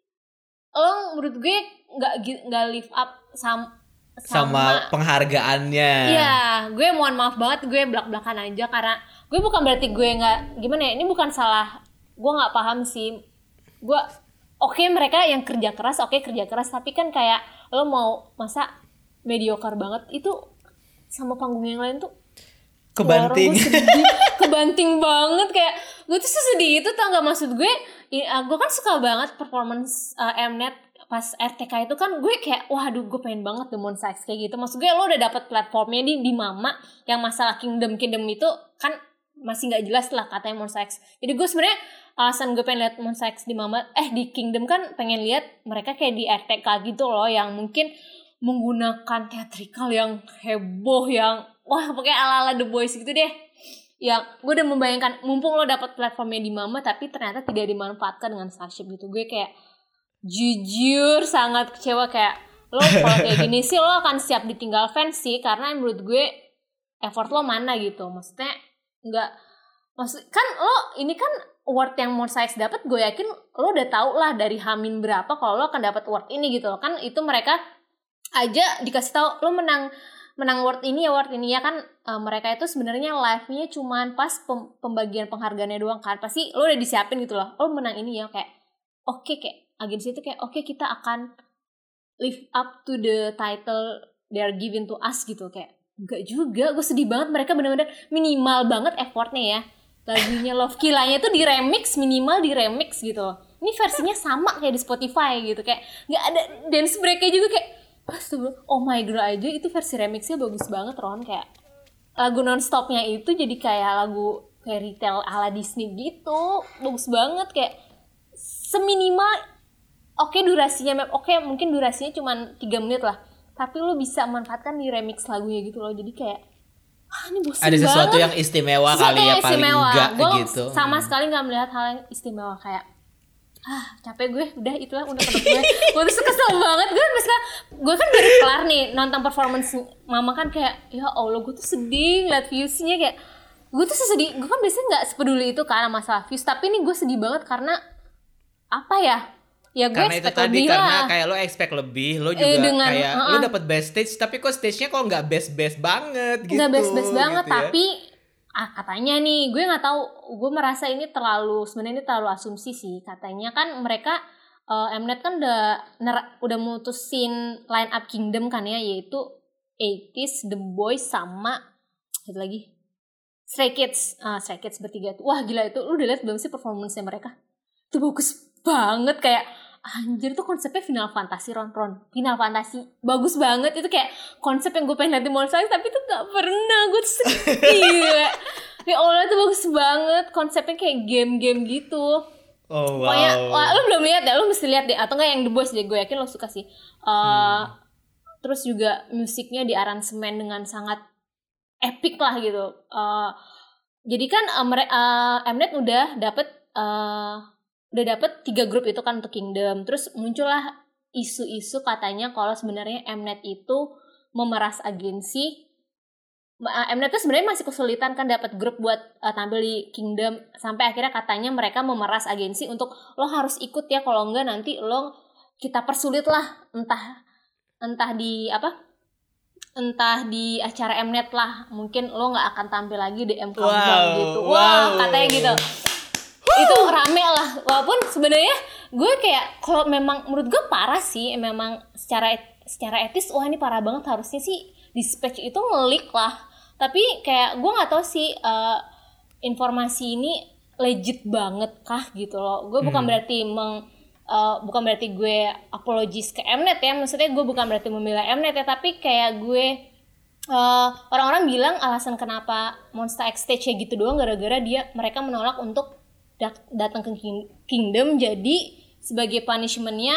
lo menurut gue nggak nggak live up sama, sama sama penghargaannya. Iya, gue mohon maaf banget, gue belak-belakan aja, karena gue bukan berarti gue nggak gimana ya, ini bukan salah gue, nggak paham sih gue. Oke okay, mereka yang kerja keras, oke okay, kerja keras, tapi kan kayak lo mau masa mediocre banget itu sama panggung yang lain tuh kebanting. Kebanting banget, kayak gue tuh sedih itu, tau gak maksud gue. Gue kan suka banget performance uh, Mnet pas R T K itu kan, gue kayak waduh gue pengen banget The Monster X kayak gitu. Maksud gue lo udah dapet platformnya di, di Mama, yang masalah Kingdom Kingdom itu kan masih nggak jelas lah katanya Monster X. Jadi gue sebenarnya alasan gue pengen lihat Monster X di Mama eh di Kingdom kan pengen lihat mereka kayak di R T K gitu loh, yang mungkin menggunakan teatrikal yang heboh, yang wah pokoknya ala-ala The Boys gitu deh. Yang gue udah membayangkan, mumpung lo dapet platformnya di Mama tapi ternyata tidak dimanfaatkan dengan Starship gitu. Gue kayak jujur sangat kecewa, kayak lo kalau kayak gini sih lo akan siap ditinggal fans sih, karena menurut gue effort lo mana gitu. Maksudnya nggak, maksud kan lo ini kan award yang Monster X dapat, gue yakin lo udah tau lah dari Hamin berapa kalau lo akan dapat award ini gitu loh. Kan itu mereka aja dikasih tahu lo menang menang award ini award ini ya kan. Uh, mereka itu sebenarnya live-nya cuman pas pem- pembagian penghargaannya doang kan, pasti lo udah disiapin gitu loh, lo menang ini ya, kayak oke okay, kayak agensi itu kayak oke okay, kita akan live up to the title they are given to us gitu. Kayak enggak juga, gue sedih banget, mereka benar-benar minimal banget effortnya ya. Lagunya Love Killanya itu di remix, minimal di remix gitu loh. Ini versinya sama kayak di Spotify gitu, kayak nggak ada dance breaknya juga, kayak astaga, oh my god aja itu versi remixnya bagus banget Ron, kayak lagu nonstopnya itu jadi kayak lagu fairy tale ala Disney gitu, bagus banget, kayak seminimal oke okay, durasinya oke okay, mungkin durasinya cuma tiga menit lah, tapi lo bisa manfaatkan di remix lagunya gitu loh. Jadi kayak ah, ini bosan ada sesuatu banget. yang istimewa Sesuatu kali ya, yang paling istimewa. enggak Gua gitu. sama sekali nggak melihat hal yang istimewa kayak ah capek gue udah itulah udah ketemu gue gue tuh kesel banget gue misalnya gue kan baru kelar nih nonton performance mama kan kayak ya Allah gue tuh sedih ngeliat viewsnya kayak gue tuh sedih gue kan biasanya nggak sepeduli itu kan masalah views tapi ini gue sedih banget karena apa ya ya gue karena itu expect tadi lebih karena lah. kayak lo expect lebih lo juga Eh, dengan, kayak uh-uh. lo dapet best stage tapi kok stage-nya kok nggak best best banget gitu nggak best best banget gitu ya. tapi ah katanya nih gue nggak tahu gue merasa ini terlalu sebenarnya ini terlalu asumsi sih katanya kan mereka uh, Mnet kan udah ner- udah mutusin line up Kingdom kan ya yaitu eighties The Boys sama satu lagi Stray Kids uh, Stray Kids bertiga tuh wah gila itu lu udah lihat belum sih performance-nya mereka itu bagus banget kayak anjir tuh konsepnya Final Fantasy Ron Ron Final Fantasy bagus banget itu kayak konsep yang gue pengen lihat di Monster tapi tuh gak pernah gue tuh sedih ya Allah itu bagus banget konsepnya kayak game-game gitu oh wow pokoknya wah, lu belum lihat deh lu mesti lihat deh atau enggak yang The Boys deh gue yakin lo suka sih uh, hmm. Terus juga musiknya di aransemen dengan sangat epic lah gitu uh, jadi kan uh, uh, Mnet udah dapet uh, udah dapet tiga grup itu kan untuk Kingdom terus muncullah isu-isu katanya kalau sebenarnya Mnet itu memeras agensi Mnet tuh sebenarnya masih kesulitan kan dapat grup buat uh, tampil di Kingdom sampai akhirnya katanya mereka memeras agensi untuk lo harus ikut ya kalau enggak nanti lo kita persulit lah entah entah di apa entah di acara Mnet lah mungkin lo nggak akan tampil lagi di M Countdown wow, gitu wah wow. Katanya gitu itu rame lah walaupun sebenarnya gue kayak kalau memang menurut gue parah sih memang secara secara etis wah ini parah banget harusnya sih dispatch itu ngelik lah tapi kayak gue nggak tahu sih uh, informasi ini legit banget kah gitu loh gue bukan hmm. berarti meng uh, bukan berarti gue apologis ke Mnet ya maksudnya gue bukan berarti membela Mnet ya tapi kayak gue uh, orang-orang bilang alasan kenapa Monster X stage-nya gitu doang gara-gara dia mereka menolak untuk datang ke Kingdom jadi sebagai punishment-nya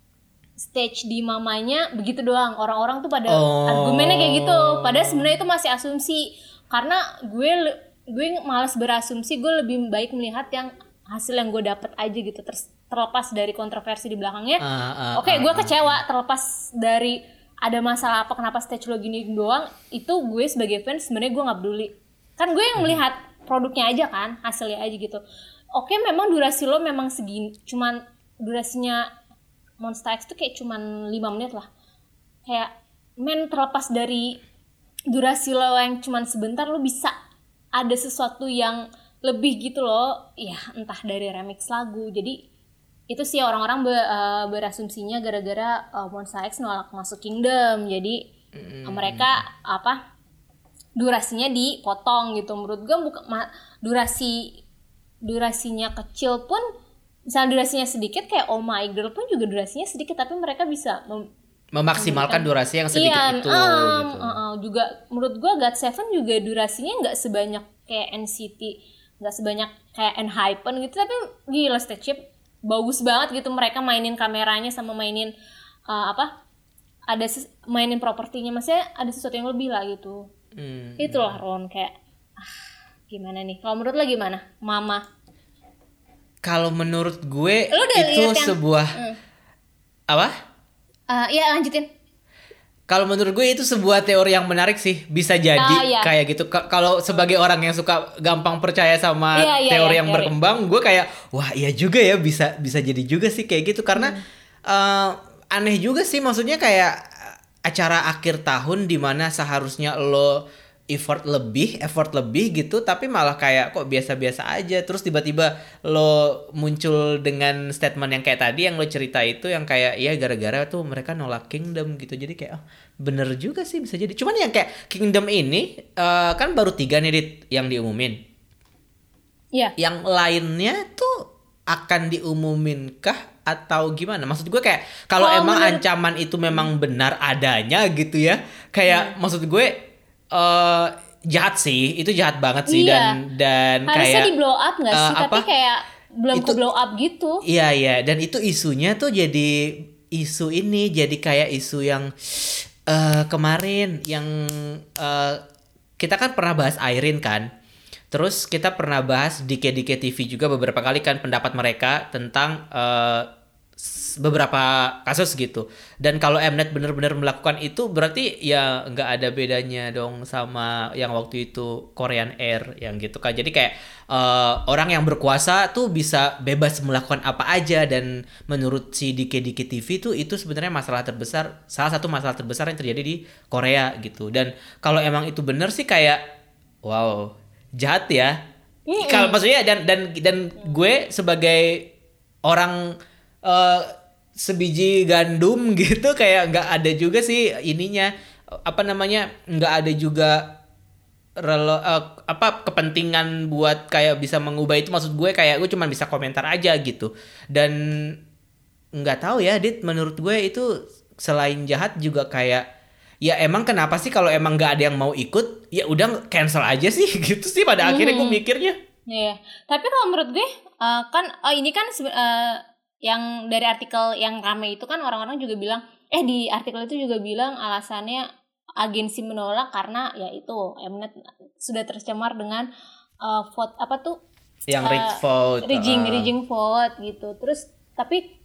stage di mamanya begitu doang orang-orang tuh pada oh. argumennya kayak gitu padahal sebenarnya itu masih asumsi karena gue gue malas berasumsi gue lebih baik melihat yang hasil yang gue dapet aja gitu ter- terlepas dari kontroversi di belakangnya uh, uh, oke okay, uh, gue kecewa uh, terlepas dari ada masalah apa kenapa stage lo gini doang itu gue sebagai fans sebenarnya gue nggak peduli kan gue yang melihat produknya aja kan hasilnya aja gitu. Oke memang durasi lo memang segini cuman durasinya Monster X tuh kayak cuman lima menit lah kayak men terlepas dari durasi lo yang cuman sebentar lo bisa ada sesuatu yang lebih gitu loh ya entah dari remix lagu jadi itu sih orang-orang be, uh, berasumsinya gara-gara uh, Monster X nolak masuk Kingdom jadi mm. mereka apa durasinya dipotong gitu menurut gue bukan ma- durasi durasinya kecil pun misalnya durasinya sedikit kayak Oh My Girl pun juga durasinya sedikit tapi mereka bisa mem- memaksimalkan durasi yang sedikit iya, itu um, gitu. Uh, uh, juga menurut gue God Seven juga durasinya nggak sebanyak kayak N C T nggak sebanyak kayak Enhypen gitu tapi gila stage-nya bagus banget gitu mereka mainin kameranya sama mainin uh, apa ada ses- mainin propertinya maksudnya ada sesuatu yang lebih lah gitu hmm. Itulah Ron kayak ah, gimana nih kalau menurut lo gimana Mama? Kalau menurut gue itu yang, sebuah mm. apa? Uh, ya lanjutin. Kalau menurut gue itu sebuah teori yang menarik sih, bisa jadi uh, iya. kayak gitu. K- kalau sebagai orang yang suka gampang percaya sama iya, iya, teori iya, yang teori. berkembang, gue kayak wah iya juga ya bisa bisa jadi juga sih kayak gitu karena hmm. uh, aneh juga sih maksudnya kayak acara akhir tahun di mana seharusnya lo effort lebih, effort lebih gitu, tapi malah kayak kok biasa-biasa aja. Terus tiba-tiba lo muncul dengan statement yang kayak tadi yang lo cerita itu yang kayak ya gara-gara tuh mereka nolak Kingdom gitu. Jadi kayak oh, bener juga sih bisa jadi. Cuman yang kayak Kingdom ini uh, kan baru tiga nih Dit, yang diumumin. Iya. Yeah. Yang lainnya tuh akan diumumin kah atau gimana? Maksud gue kayak kalau oh, emang bener. ancaman itu memang benar adanya gitu ya. Kayak hmm. maksud gue Uh, jahat sih, itu jahat banget sih iya. dan dan harusnya kayak di blow up nggak sih? Uh, Tapi kayak belum itu, ke blow up gitu. Iya iya, dan itu isunya tuh jadi isu ini jadi kayak isu yang uh, kemarin yang uh, kita kan pernah bahas Airin kan. Terus kita pernah bahas D K D K T V juga beberapa kali kan pendapat mereka tentang uh, beberapa kasus gitu. Dan kalau Mnet benar-benar melakukan itu berarti ya nggak ada bedanya dong sama yang waktu itu Korean Air yang gitu kan. Jadi kayak uh, orang yang berkuasa tuh bisa bebas melakukan apa aja, dan menurut si D K D K T V tuh itu sebenarnya masalah terbesar, salah satu masalah terbesar yang terjadi di Korea gitu. Dan kalau emang itu benar sih kayak wow, jahat ya. Mm-hmm. Kalau maksudnya dan dan dan gue sebagai orang uh, sebiji gandum gitu kayak nggak ada juga sih ininya apa namanya nggak ada juga relo, uh, apa kepentingan buat kayak bisa mengubah itu. Maksud gue kayak gue cuma bisa komentar aja gitu. Dan nggak tahu ya Dit, menurut gue itu selain jahat juga kayak ya emang kenapa sih kalau emang nggak ada yang mau ikut ya udah cancel aja sih gitu sih pada akhirnya gue mikirnya. Iya. Yeah. Tapi kalau menurut gue uh, kan oh ini kan uh, yang dari artikel yang ramai itu kan orang-orang juga bilang eh di artikel itu juga bilang alasannya agensi menolak karena ya itu Mnet sudah tercemar dengan uh, vote apa tuh yang uh, rigged vote, rigging uh. rigging vote gitu. Terus tapi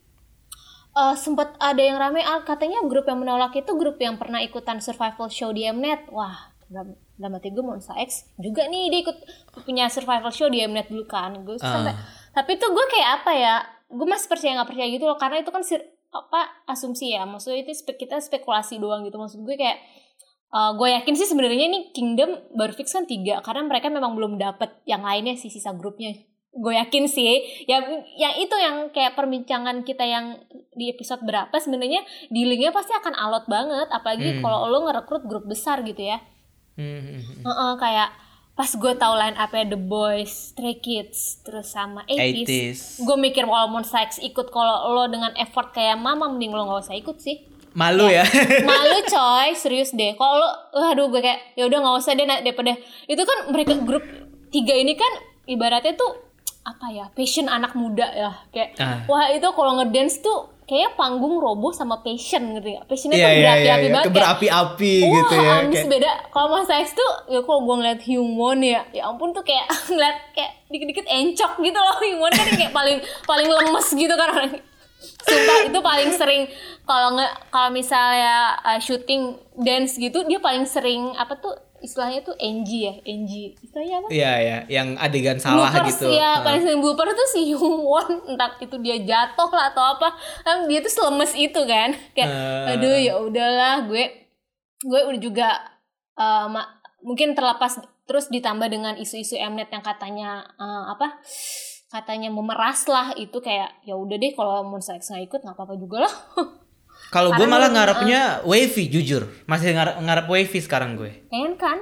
Uh, sempat ada yang ramai ah, katanya grup yang menolak itu grup yang pernah ikutan survival show di Mnet. Wah, dalam hati gue Monsta X juga nih dia ikut punya survival show di Mnet dulu kan. Gue uh. sampai, tapi itu gue kayak apa ya? Gue masih percaya nggak percaya gitu loh, karena itu kan sir, apa asumsi ya. Maksudnya itu spe, kita spekulasi doang gitu. Maksud gue kayak uh, gue yakin sih sebenarnya ini Kingdom baru fix kan tiga karena mereka memang belum dapet yang lainnya sih sisa grupnya. Gue yakin sih ya, yang itu yang kayak perbincangan kita yang di episode berapa sebenarnya dealingnya pasti akan alot banget, apalagi hmm. kalau lo ngerekrut grup besar gitu ya. hmm. uh-uh, kayak pas gue tahu line up-nya The Boys, Stray Kids, terus sama eighties, gue mikir kalau Monsta X ikut, kalau lo dengan effort kayak Mama mending lo nggak usah ikut sih. Malu ya, ya. Malu coy, serius deh. Kalau lo aduh gue kayak ya udah nggak usah deh daripada itu kan mereka grup tiga ini kan ibaratnya tuh apa ya, passion anak muda ya kayak uh. wah itu kalau ngedance tuh kayak panggung roboh sama passion gitu ya, passionnya yeah, tuh berapi-api yeah, yeah, banget yeah. berapi-api kayak, gitu ya, amis kayak beda. Kalau Monsta X tuh ya kalau gue ngeliat Hyungwon ya ya ampun tuh kayak ngeliat kayak dikit-dikit encok gitu loh. Hyungwon kan kayak paling paling lemes gitu kan orang. Sumpah itu paling sering kalau nge kalau misalnya uh, syuting dance gitu dia paling sering apa tuh istilahnya tuh N G ya, N G istilahnya apa? Iya ya, yang adegan salah bloopers, gitu. Iya, paling sering blooper tuh si Hyungwon, entah itu dia jatuh lah atau apa, kan dia tuh selemes itu kan, kayak uh. aduh ya udahlah gue gue udah juga uh, ma- mungkin terlepas terus ditambah dengan isu-isu Mnet yang katanya uh, apa? Katanya memeras lah, itu kayak ya udah deh kalau Monsta X nggak ikut nggak apa-apa juga lah. Kalau gue malah ngarepnya uh, wavy, jujur masih ngarep, ngarep wavy sekarang gue. Pengen kan?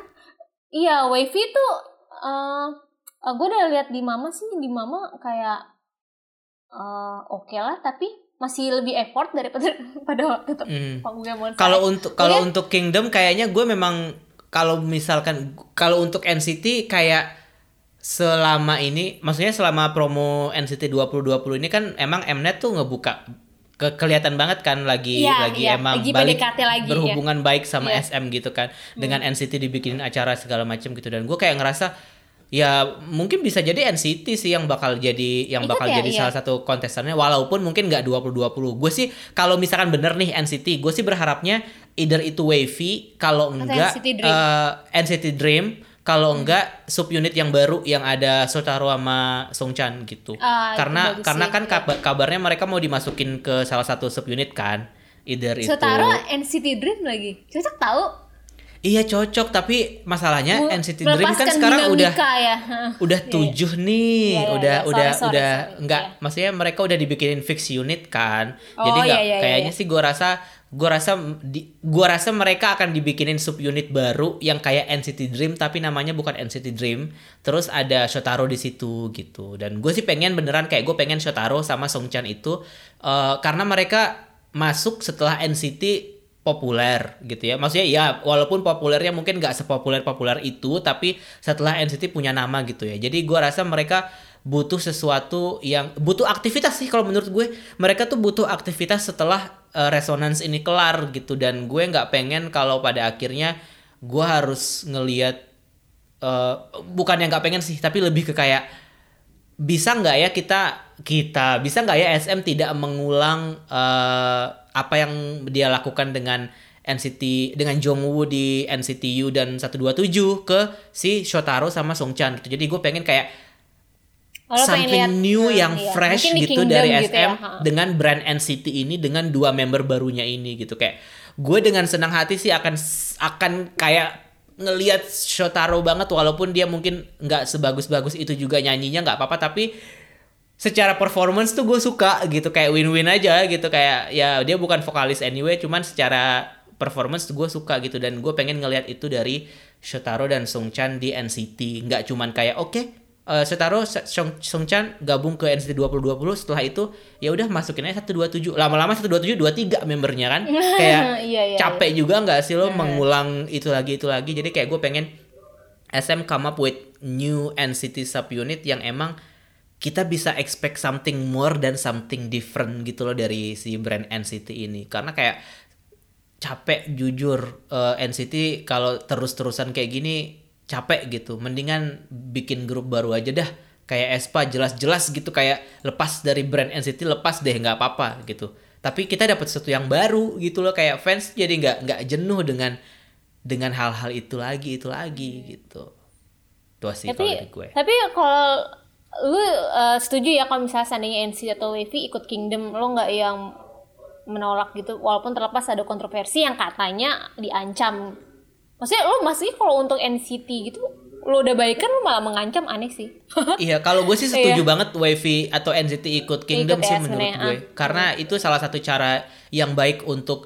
Iya wavy tuh uh, uh, gue udah lihat di Mama sih, di Mama kayak uh, oke okay lah, tapi masih lebih effort daripada pada tetap mm. panggungnya Monsta X. Kalau untuk kalau okay. untuk Kingdom kayaknya gue memang kalau misalkan kalau untuk N C T kayak selama ini, maksudnya selama promo N C T dua ribu dua puluh ini kan emang Mnet tuh ngebuka ke kelihatan banget kan lagi ya, lagi ya, emang lagi balik lagi, berhubungan ya. baik sama ya. S M gitu kan, dengan hmm. N C T dibikinin acara segala macam gitu. Dan gue kayak ngerasa ya mungkin bisa jadi N C T sih yang bakal jadi yang Ikut bakal ya, jadi iya. salah satu kontestannya, walaupun mungkin nggak dua ribu dua puluh. Gue sih kalau misalkan bener nih N C T, gue sih berharapnya either itu Wavy, kalau enggak N C T Dream, uh, N C T Dream kalau enggak hmm. subunit yang baru yang ada Shotaro sama Songchan gitu. Ah, karena karena sih. kan kabar, kabarnya mereka mau dimasukin ke salah satu subunit kan. Either Shotaro itu N C T Dream lagi. Cocok tahu. Iya cocok, tapi masalahnya Bu, N C T Dream kan sekarang udah ya. udah tujuh yeah. nih, yeah, yeah, udah yeah. udah sorry, sorry, udah sorry. enggak, yeah. maksudnya mereka udah dibikinin fix unit kan. Oh, jadi enggak yeah, yeah, kayaknya yeah. sih gue rasa gue rasa di, gue rasa mereka akan dibikinin subunit baru yang kayak N C T Dream tapi namanya bukan N C T Dream, terus ada Shotaro di situ gitu. Dan gue sih pengen beneran kayak gue pengen Shotaro sama Songchan itu uh, karena mereka masuk setelah N C T populer gitu ya. Maksudnya ya walaupun populernya mungkin gak sepopuler-populer itu, tapi setelah N C T punya nama gitu ya. Jadi gue rasa mereka butuh sesuatu yang butuh aktivitas sih kalau menurut gue. Mereka tuh butuh aktivitas setelah uh, Resonance ini kelar gitu. Dan gue gak pengen kalau pada akhirnya gue harus ngelihat uh, bukan yang nggak pengen sih, tapi lebih ke kayak bisa nggak ya kita kita bisa nggak ya S M tidak mengulang uh, apa yang dia lakukan dengan N C T dengan Jongwoo di N C T U dan seratus dua puluh tujuh ke si Shotaro sama Songchan gitu. Jadi gue pengen kayak Kalau something lihat, new hmm, yang iya. fresh Mungkin di gitu Kingdom dari gitu S M ya, dengan brand N C T ini dengan dua member barunya ini gitu. Kayak gue dengan senang hati sih akan akan kayak ngelihat Shotaro banget, walaupun dia mungkin nggak sebagus-bagus itu juga nyanyinya, nggak apa-apa, tapi secara performance tuh gue suka gitu, kayak win-win aja gitu. Kayak ya dia bukan vokalis anyway, cuman secara performance tuh gue suka gitu, dan gue pengen ngelihat itu dari Shotaro dan Songchan di N C T. Nggak cuman kayak oke okay, uh, Shotaro Song Songchan gabung ke N C T dua ribu dua puluh, setelah itu ya udah masukin aja seratus dua puluh tujuh, lama-lama seratus dua puluh tujuh dua puluh tiga membernya kan. Kayak iya, iya, capek iya. juga nggak sih lo mengulang itu lagi itu lagi. Jadi kayak gue pengen S M come up with new N C T subunit yang emang kita bisa expect something more dan something different gitu loh dari si brand N C T ini. Karena kayak capek jujur uh, N C T kalau terus-terusan kayak gini capek gitu. Mendingan bikin grup baru aja dah. Kayak aespa jelas-jelas gitu, kayak lepas dari brand N C T, lepas deh, nggak apa-apa gitu. Tapi kita dapat sesuatu yang baru gitu loh, kayak fans jadi nggak nggak jenuh dengan dengan hal-hal itu lagi itu lagi gitu. Tuh sih kalau dari gue. Tapi kalau lu uh, setuju ya kalau misalnya seandainya N C T atau Wavy ikut Kingdom, lo nggak yang menolak gitu, walaupun terlepas ada kontroversi yang katanya diancam. Maksudnya lo masih kalau untuk N C T gitu lo udah baik kan, lo malah mengancam, aneh sih. Iya, kalau gue sih setuju Iya. banget Wavy atau N C T ikut Kingdom Ikut sih ya, menurut sebenarnya. gue. Karena itu salah satu cara yang baik untuk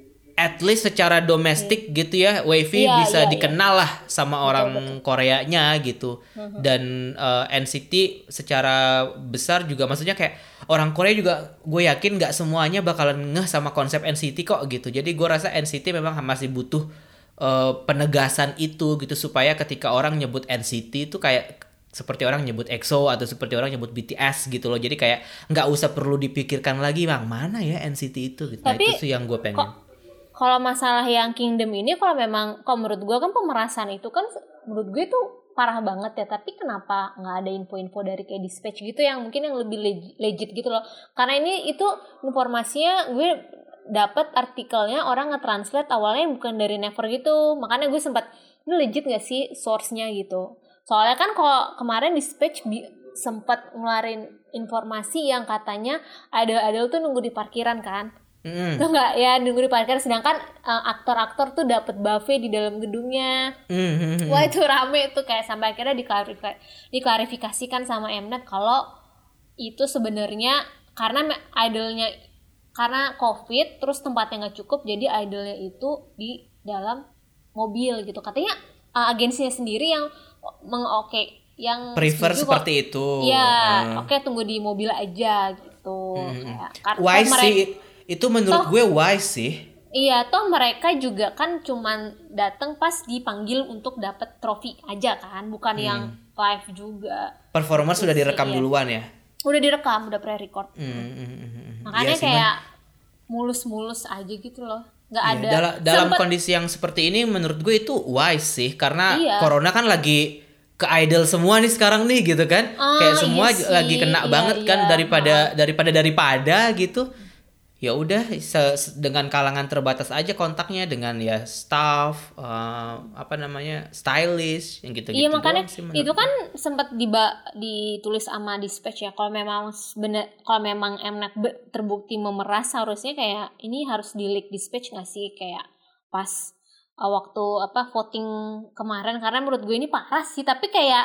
at least secara domestik gitu ya, Wavy Iya, bisa iya, dikenal lah sama orang Koreanya gitu. Dan uh, N C T secara besar juga, maksudnya kayak orang Korea juga gue yakin nggak semuanya bakalan ngeh sama konsep N C T kok gitu. Jadi gue rasa N C T memang masih butuh uh, penegasan itu gitu, supaya ketika orang nyebut N C T itu kayak seperti orang nyebut E X O atau seperti orang nyebut B T S gitu loh. Jadi kayak nggak usah perlu dipikirkan lagi bang mana ya N C T itu gitu. Nah, Tapi itu sih yang gue pengen. Kok, kalau masalah yang Kingdom ini, kalau memang, kalau menurut gue kan pemerasan itu kan menurut gue tuh parah banget ya. Tapi kenapa nggak ada info-info dari kayak Dispatch gitu yang mungkin yang lebih leg- legit gitu loh? Karena ini itu informasinya gue dapat artikelnya orang nge-translate awalnya bukan dari Never gitu. Makanya gue sempat, ini legit nggak sih source-nya gitu? Soalnya kan kalau kemarin Dispatch bi- sempat ngeluarin informasi yang katanya idol-idol tuh nunggu di parkiran kan. Mm. Tuh nggak ya, nunggu di parkir, sedangkan uh, aktor-aktor tuh dapat buffet di dalam gedungnya. Mm-hmm. Wah itu rame tuh, kayak sampai akhirnya diklarifikasi, diklarifikasikan sama Mnet kalau itu sebenarnya karena idolnya karena COVID terus tempatnya nggak cukup, jadi idolnya itu di dalam mobil gitu. Katanya uh, agensinya sendiri yang meng oke yang Prefer setuju seperti kok. itu. Iya, Uh. oke tunggu di mobil aja gitu. Mm-hmm. Kayak, karena Wise mereka- sih, itu menurut Toh- gue wise sih. Iya, toh mereka juga kan cuman datang pas dipanggil untuk dapat trofi aja kan, bukan Hmm. yang live juga. Performance sudah direkam Iya. duluan ya. Udah direkam, udah pre-record. Mm, mm, mm, mm. Makanya Iya sih, kayak mulus-mulus aja gitu loh. Nggak Iya, ada. dalam dalam Sempet- kondisi yang seperti ini menurut gue itu wise sih, karena Iya. corona kan lagi ke idol semua nih sekarang nih gitu kan. Ah, Kayak semua iya sih. lagi kena Iya, banget kan, iya. daripada daripada daripada gitu. Ya udah se- se- dengan kalangan terbatas aja kontaknya, dengan ya staff, eh, apa namanya, stylist yang gitu-gitu. Iya makanya doang sih menurut itu gue. kan sempat diba ditulis sama Dispatch ya, kalau memang bener, kalau memang Mnet be- terbukti memeras, harusnya kayak ini harus di leak Dispatch nggak sih, kayak pas uh, waktu apa voting kemarin, karena menurut gue ini parah sih. Tapi kayak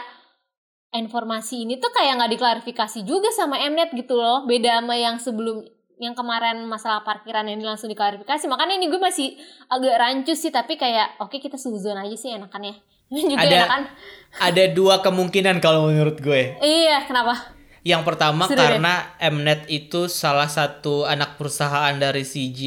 informasi ini tuh kayak nggak diklarifikasi juga sama Mnet gitu loh, beda sama yang sebelum, yang kemarin masalah parkiran ini langsung diklarifikasi. Makanya ini gue masih agak rancu sih, tapi kayak oke okay, kita suzon aja sih enakan ya. Juga Ada enakan. ada dua kemungkinan kalau menurut gue. Iya, kenapa? Yang pertama Seru karena Mnet itu salah satu anak perusahaan dari C J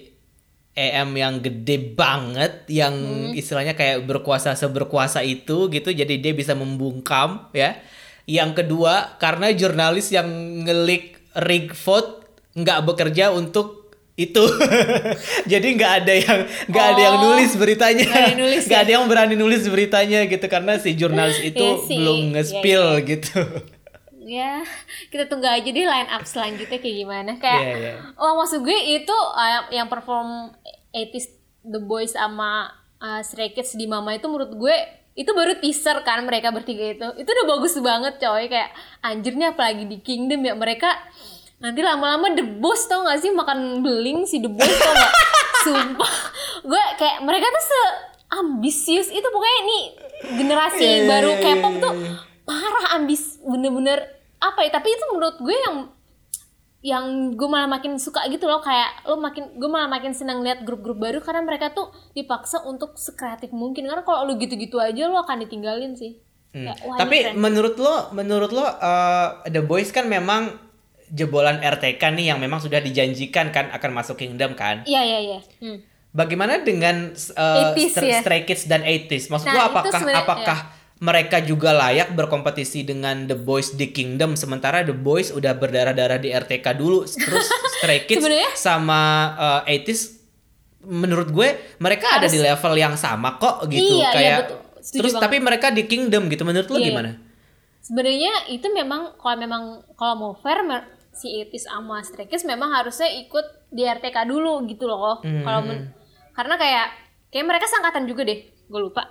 E M yang gede banget, yang Hmm. istilahnya kayak berkuasa seberkuasa itu gitu, jadi dia bisa membungkam ya. Yang kedua karena jurnalis yang ngelik rig vote nggak bekerja untuk itu. Jadi nggak ada yang nggak Oh, ada yang nulis beritanya, nggak ada yang nulis nggak ya? ada yang berani nulis beritanya gitu karena si jurnalis itu Iya sih, belum iya, nge-spill iya. gitu. Ya, kita tunggu aja deh line up selanjutnya kayak gimana. Kayak, Iya, iya. oh maksud gue itu uh, yang perform eighties The Boys sama uh, Stray Kids di Mama itu menurut gue itu baru teaser kan mereka bertiga itu. Itu udah bagus banget coy. Kayak anjir nih apalagi di Kingdom ya mereka nanti lama-lama The Boys tau gak sih makan beling si The Boys tau gak? Sumpah. Gue kayak mereka tuh se ambisius itu pokoknya nih generasi Iya, iya, baru iya, K-pop iya, tuh iya. parah ambis bener-bener apa ya, tapi itu menurut gue yang yang gue malah makin suka gitu loh, kayak lo makin gue malah makin senang lihat grup-grup baru karena mereka tuh dipaksa untuk sekreatif mungkin, karena kalau lo gitu-gitu aja lo akan ditinggalin sih. Hmm. Kayak, wah, ini Tapi keren. menurut lo, menurut lo uh, The Boys kan memang jebolan R T K nih yang memang sudah dijanjikan kan akan masuk Kingdom kan? Iya iya iya. Hmm. Bagaimana dengan uh, eighties Stray, ya? Stray Kids dan eighties? Maksud Nah, lo itu apakah sebenarnya- apakah mereka juga layak berkompetisi dengan The Boys di Kingdom sementara The Boys udah berdarah-darah di R T K dulu, terus Stray Kids Sebenarnya- sama uh, eighties menurut gue mereka ada Harus- di level yang sama kok gitu Iya, iya, kayak betul. Setuju terus banget. tapi mereka di Kingdom gitu, menurut lo Iya, iya. gimana? Sebenarnya itu memang kalau memang kalau mau fair mer- si eighties sama Stray Kids memang harusnya ikut di R T K dulu gitu loh. Hmm. Kalau men- karena kayak kayak mereka sangkatan juga deh, gue lupa.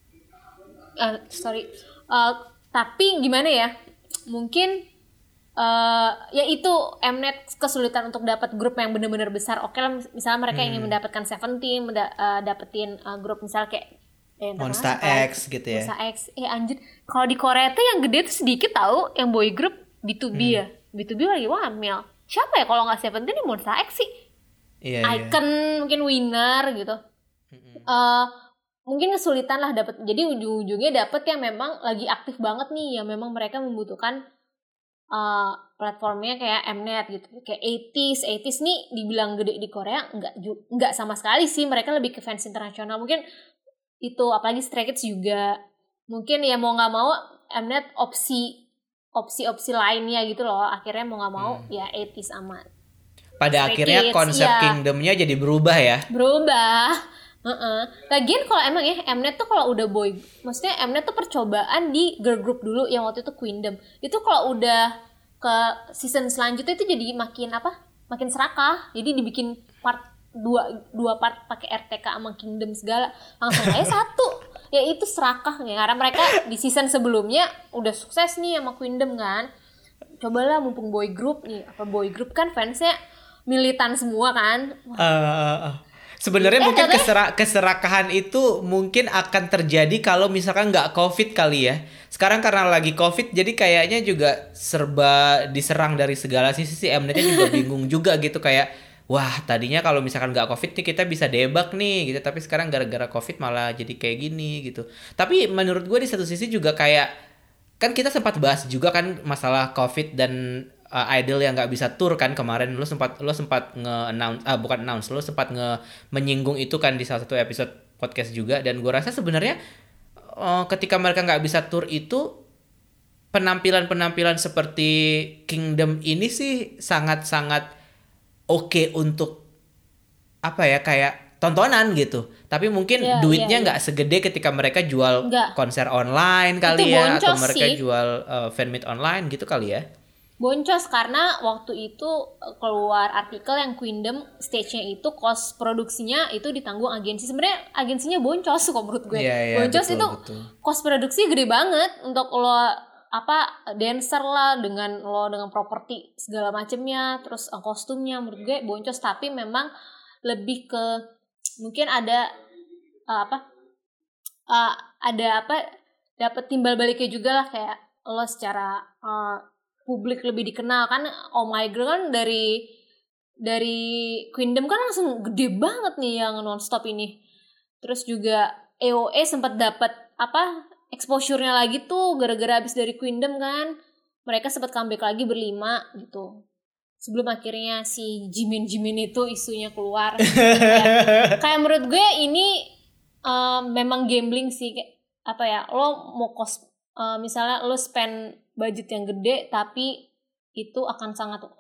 Uh, sorry. Uh, tapi gimana ya? Mungkin uh, ya itu Mnet kesulitan untuk dapat grup yang benar-benar besar. Oke lah, misalnya mereka Hmm. ingin mendapatkan Seventeen, menda- uh, dapetin uh, grup misal kayak eh, ntar Monsta mana, X gitu ya. Monsta X. Eh anjir, kalau di Korea tuh yang gede tuh sedikit tahu, yang boy group B two B Hmm. ya. B two B lagi wamil. Siapa ya kalau nggak Seventeen nih Monsta X sih. Iya, iya. Icon mungkin winner gitu. Eh, mungkin kesulitan lah dapat. Jadi ujung-ujungnya dapat yang memang lagi aktif banget nih, yang memang mereka membutuhkan eh, platformnya kayak Mnet gitu, kayak eighties. eighties nih dibilang gede di Korea nggak ju- nggak sama sekali sih, mereka lebih ke fans internasional mungkin itu, apalagi Stray Kids juga mungkin ya mau nggak mau Mnet opsi opsi-opsi lainnya gitu loh, akhirnya mau nggak mau Hmm. ya eighties sama Pada Stray akhirnya Kids, konsep iya. Kingdomnya jadi berubah ya. berubah. Heeh. Lagian kalau emang ya Mnet tuh kalau udah boy, maksudnya Mnet tuh percobaan di girl group dulu yang waktu itu Queendom. Itu kalau udah ke season selanjutnya itu jadi makin apa? Makin serakah. Jadi dibikin part dua dua part pakai R T K sama Kingdom segala. Langsung aja satu. Ya itu serakah ya, karena mereka di season sebelumnya udah sukses nih sama Queendom kan. Cobalah mumpung boy group nih, apa boy group kan fansnya militan semua kan. Uh, Sebenarnya Eh, mungkin katanya- kesera- keserakahan itu mungkin akan terjadi kalau misalkan nggak COVID kali ya. Sekarang karena lagi COVID, jadi kayaknya juga serba diserang dari segala sisi sih. Mnetnya juga bingung juga gitu kayak, wah tadinya kalau misalkan nggak COVID nih kita bisa debak nih gitu. Tapi sekarang gara-gara COVID malah jadi kayak gini gitu. Tapi menurut gue di satu sisi juga kayak, kan kita sempat bahas juga kan masalah COVID dan uh, idol yang nggak bisa tour kan kemarin. Lu sempat lu sempat nge-announce ah bukan announce, lu sempat nge menyinggung itu kan di salah satu episode podcast juga, dan gue rasa sebenarnya uh, ketika mereka nggak bisa tour itu penampilan-penampilan seperti Kingdom ini sih sangat-sangat oke untuk apa ya, kayak tontonan gitu. Tapi mungkin Iya, duitnya iya, nggak segede ketika mereka jual Nggak. konser online kali Itu ya, atau boncos mereka sih. jual uh, fanmeet online gitu kali ya. Boncos karena waktu itu keluar artikel yang Queendom stage-nya itu cost produksinya itu ditanggung agensi. Sebenarnya agensinya boncos kok menurut gue. Iya, iya, boncos betul, itu betul. cost produksi gede banget untuk lo apa dancer lah, dengan lo dengan properti segala macemnya, terus uh, kostumnya, menurut gue boncos. Tapi memang lebih ke mungkin ada uh, apa uh, ada apa dapat timbal baliknya juga lah, kayak lo secara uh, publik lebih dikenal kan. Oh My Girl kan dari dari Queendom kan langsung gede banget nih yang nonstop ini. Terus juga E O E sempat dapat apa exposure-nya lagi tuh gara-gara abis dari Queendom kan. Mereka sempat comeback lagi berlima gitu. Sebelum akhirnya si Jimin Jimin itu isunya keluar. kayak, kayak menurut gue ini um, memang gambling sih, kayak apa ya, lo mau cost uh, misalnya lo spend budget yang gede tapi itu akan sangat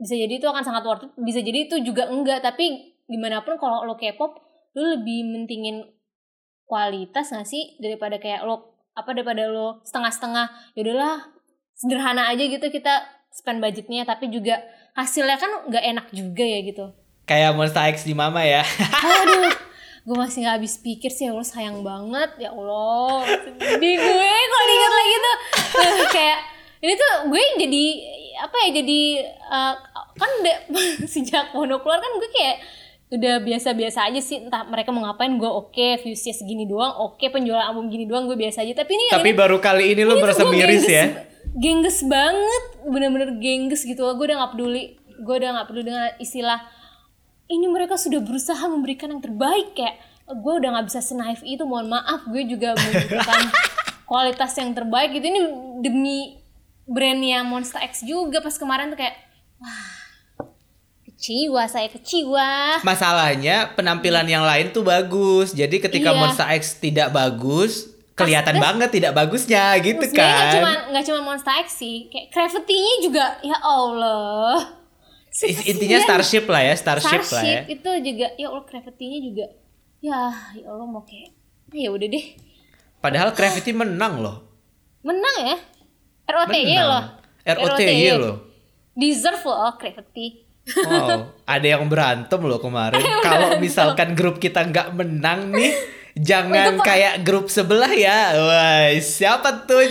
bisa jadi itu akan sangat worth it, bisa jadi itu juga enggak. Tapi gimana pun kalau lo K-pop, lo lebih mentingin kualitas nggak sih daripada kayak lo apa daripada lo setengah-setengah. Yaudahlah sederhana aja gitu kita spend budgetnya, tapi juga hasilnya kan nggak enak juga ya gitu. Kayak Monsta X di Mama ya. Aduh, gue masih nggak habis pikir sih. Ya Allah sayang banget, ya Allah sedih gue kalau diingat lagi tuh. Uh, kayak ini tuh gue jadi apa ya, jadi uh, kan de, sejak Wono keluar kan gue kayak udah biasa-biasa aja sih, entah mereka mau ngapain gue oke, okay, viewsnya segini doang oke, okay, penjualan album gini doang gue biasa aja. Tapi ini tapi ini, baru kali ini lo merasa miris ya, gengges banget, bener-bener gengges gitu. Gue udah nggak peduli, gue udah nggak peduli dengan istilah ini mereka sudah berusaha memberikan yang terbaik. Kayak gue udah nggak bisa senaif itu, mohon maaf, gue juga membutuhkan kualitas yang terbaik gitu. Ini demi brandnya Monsta X juga. Pas kemarin tuh kayak wah, kecewa, saya kecewa. Masalahnya penampilan yang lain tuh bagus, jadi ketika iya. Monsta X tidak bagus kelihatan Mas, banget tidak bagusnya gitu kan. Nggak cuma nggak cuma Monsta X sih, kayak Gravity-nya juga ya Allah. Intinya Starship lah ya, Starship, Starship lah ya. itu juga ya Allah, Gravity-nya juga ya ya Allah mau kayak ya udah deh. Padahal Gravity menang loh. Menang ya? R O T Y loh. R O T Y loh. Deserve loh Gravity. Wow, ada yang berantem loh kemarin. Kalau misalkan grup kita nggak menang nih, jangan kayak grup sebelah ya. Wah, siapa tuh?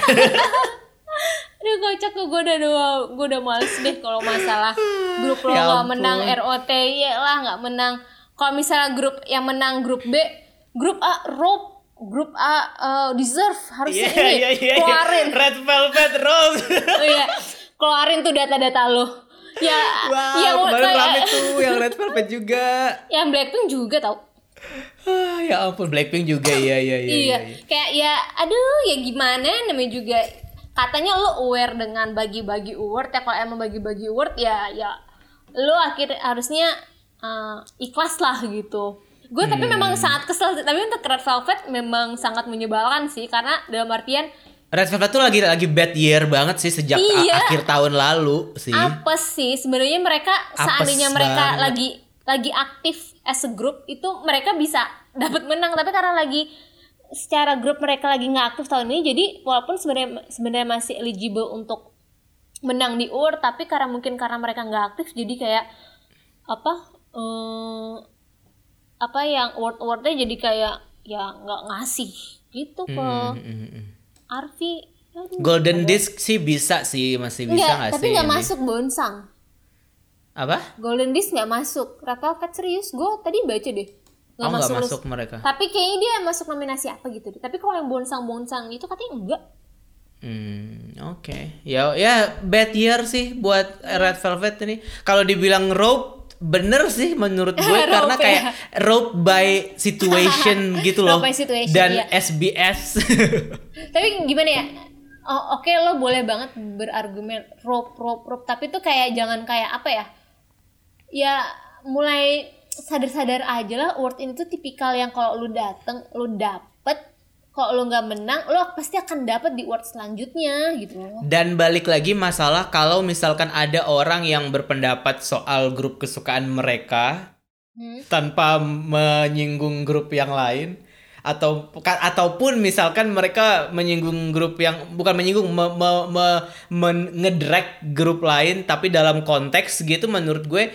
Aduh kocak, gue udah gue udah males deh kalau masalah grup lo ya nggak menang R O T Y lah, nggak menang. Kalau misalnya grup yang menang grup B, grup A Rope, grup A uh, Deserve harusnya yeah, ini yeah, yeah, keluarin yeah. Red Velvet Rose. Oh iya, keluarin tuh data-data lo. Ya, wow, yang kemarin kayak, rame tuh yang Red Velvet juga. Yang Blackpink juga tau. Ah, ya ampun, Blackpink juga ya ya ya. Iya, ya. Kayak ya aduh ya gimana, namanya juga katanya lo aware dengan bagi-bagi award ya. Kalau emang bagi-bagi award ya ya lo akhirnya harusnya uh, ikhlas lah gitu. Gue hmm. tapi memang sangat kesel. Tapi untuk Red Velvet memang sangat menyebalkan sih, karena dalam artian Red Velvet tuh lagi lagi bad year banget sih sejak iya. akhir tahun lalu sih. Apa sih sebenarnya mereka Apes seandainya mereka banget. lagi lagi aktif as a group itu mereka bisa dapat menang, tapi karena lagi secara grup mereka lagi nggak aktif tahun ini, jadi walaupun sebenarnya sebenarnya masih eligible untuk menang di award, tapi karena mungkin karena mereka nggak aktif jadi kayak apa um, apa yang award awardnya jadi kayak ya nggak ngasih gitu ke mm, mm, mm. Arfi. Aduh, Golden ada. Disc sih bisa sih, masih bisa nggak sih? Tapi nggak ini? masuk Bonsang. Apa? Golden Disc nggak masuk. Red Velvet serius, gue tadi baca deh. Gak oh, masuk, gak masuk mereka. Tapi kayaknya dia masuk nominasi apa gitu deh. Tapi kalau yang Bonsang-Bonsang itu katanya enggak. Hmm, oke. Okay. Ya ya bad year sih buat Red Velvet ini. Kalau dibilang rope, bener sih menurut gue karena kayak ya. Rope by situation gitu loh. Rope by situation, dan iya. S B S. Tapi gimana ya? Oh, oke okay, lo boleh banget berargumen rope rope rope, tapi tuh kayak jangan kayak apa ya? Ya mulai sadar-sadar aja lah, award ini tuh tipikal yang kalau lu dateng lu dapet, kalau lu nggak menang lu pasti akan dapet di award selanjutnya gitu loh. Dan balik lagi masalah kalau misalkan ada orang yang berpendapat soal grup kesukaan mereka hmm? tanpa menyinggung grup yang lain, atau ataupun misalkan mereka menyinggung grup yang bukan menyinggung me, me, me, me, ngedrag grup lain tapi dalam konteks gitu, menurut gue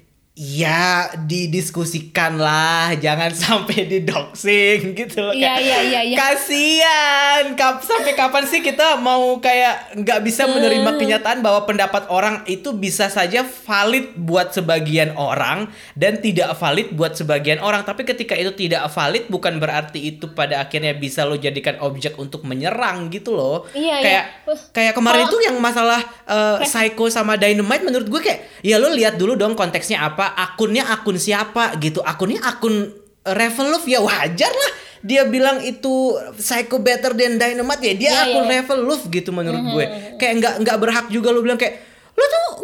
ya didiskusikan lah, jangan sampai didoxing gitu loh. Iya iya iya. Ya. Kasian, Kap, sampai kapan sih kita mau kayak nggak bisa menerima kenyataan bahwa pendapat orang itu bisa saja valid buat sebagian orang dan tidak valid buat sebagian orang. Tapi ketika itu tidak valid bukan berarti itu pada akhirnya bisa lo jadikan objek untuk menyerang gitu loh. Iya kayak iya. Kayak kemarin itu yang masalah uh, Psycho sama Dynamite, menurut gue kayak ya lo lihat dulu dong konteksnya apa. Akunnya akun siapa gitu, akunnya akun Revolve, ya wajar lah dia bilang itu Psycho better than Dynamite, ya dia yeah, akun yeah. Revolve gitu menurut mm-hmm. gue. Kayak nggak nggak berhak juga lo bilang kayak lo tuh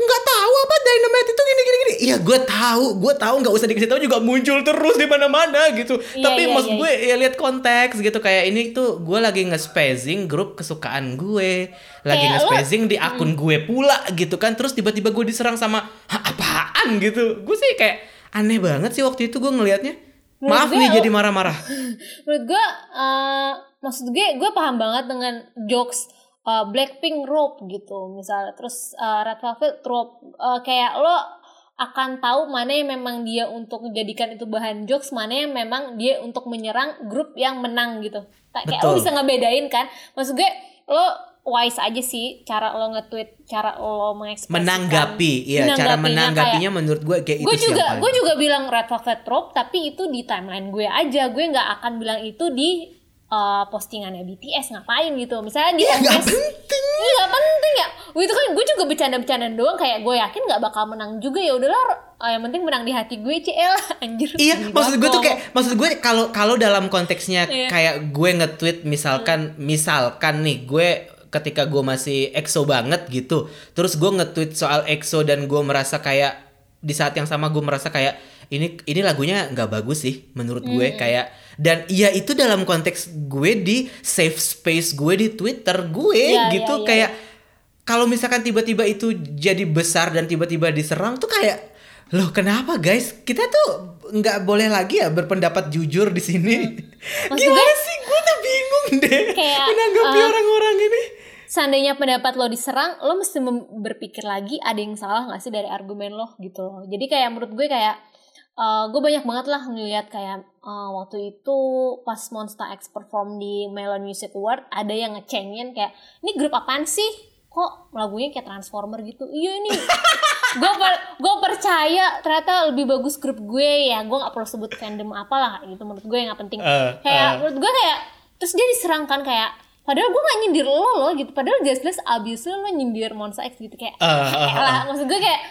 nggak tahu apa Dynamite itu gini gini gini. Iya gue tahu, gue tahu nggak usah dikasih tahu juga muncul terus di mana-mana gitu. Iya, Tapi iya, maksud iya. gue ya lihat konteks gitu, kayak ini tuh gue lagi nge-spacing grup kesukaan gue, lagi Kayak lo- nge-spacing di akun gue pula gitu kan, terus tiba-tiba gue diserang sama "Hah, apaan gitu." Gue sih kayak aneh banget sih waktu itu gue ngelihatnya. Menurut Maaf gue nih lo- jadi marah-marah. Menurut gue, uh, maksud gue, gue paham banget dengan jokes uh, Blackpink rope gitu, misalnya, terus uh, Red Velvet rope, uh, kayak lo akan tahu mana yang memang dia untuk menjadikan itu bahan jokes, mana yang memang dia untuk menyerang grup yang menang gitu. Kayak Betul. lo bisa ngebedain kan, maksud gue lo wise aja sih cara lo nge-tweet, cara lo mengekspresikan Menanggapi, iya, cara menanggapinya kayak, menurut gue kayak gue itu juga siapa. gue juga bilang Red Velvet Rope, tapi itu di timeline gue aja, gue nggak akan bilang itu di uh, postingannya B T S, ngapain gitu, misalnya di Iya, nggak Omes, penting. iya nggak penting ya, itu kan gue juga bercanda-bercanda doang, kayak gue yakin nggak bakal menang juga, ya udahlah, uh, yang penting menang di hati gue, cel anjir. Iya, Gila maksud gue tuh ngomong. kayak, maksud gue kalau kalau dalam konteksnya Iya. kayak gue nge-tweet misalkan, misalkan nih gue ketika gue masih EXO banget gitu, terus gue nge-tweet soal EXO dan gue merasa kayak di saat yang sama gue merasa kayak ini ini lagunya nggak bagus sih menurut gue, kayak, dan iya itu dalam konteks gue di safe space gue di Twitter gue Iya, gitu, iya, iya. kayak kalau misalkan tiba-tiba itu jadi besar dan tiba-tiba diserang tuh kayak, loh kenapa guys, kita tuh nggak boleh lagi ya berpendapat jujur di sini. Maksud Gimana gue- sih, gue tuh bingung deh Kayak, menanggapi uh, orang-orang ini. Seandainya pendapat lo diserang, lo mesti mem- berpikir lagi ada yang salah gak sih dari argumen lo gitu loh. Jadi kayak menurut gue kayak uh, gue banyak banget lah ngeliat kayak uh, waktu itu pas Monsta X perform di Melon Music Award, ada yang ngecengin kayak, ini grup apaan sih? Kok lagunya kayak Transformer gitu? Iya ini gue per- gue percaya ternyata lebih bagus grup gue ya, gue nggak perlu sebut fandom apalah gitu, menurut gue nggak penting. Uh, kayak uh. menurut gue kayak terus dia diserangkan kayak, padahal gue gak nyindir lo loh gitu, padahal jelas-jelas abis lo nyindir Monsta X gitu, kayak Uh, uh, uh. lah, maksud gue kayak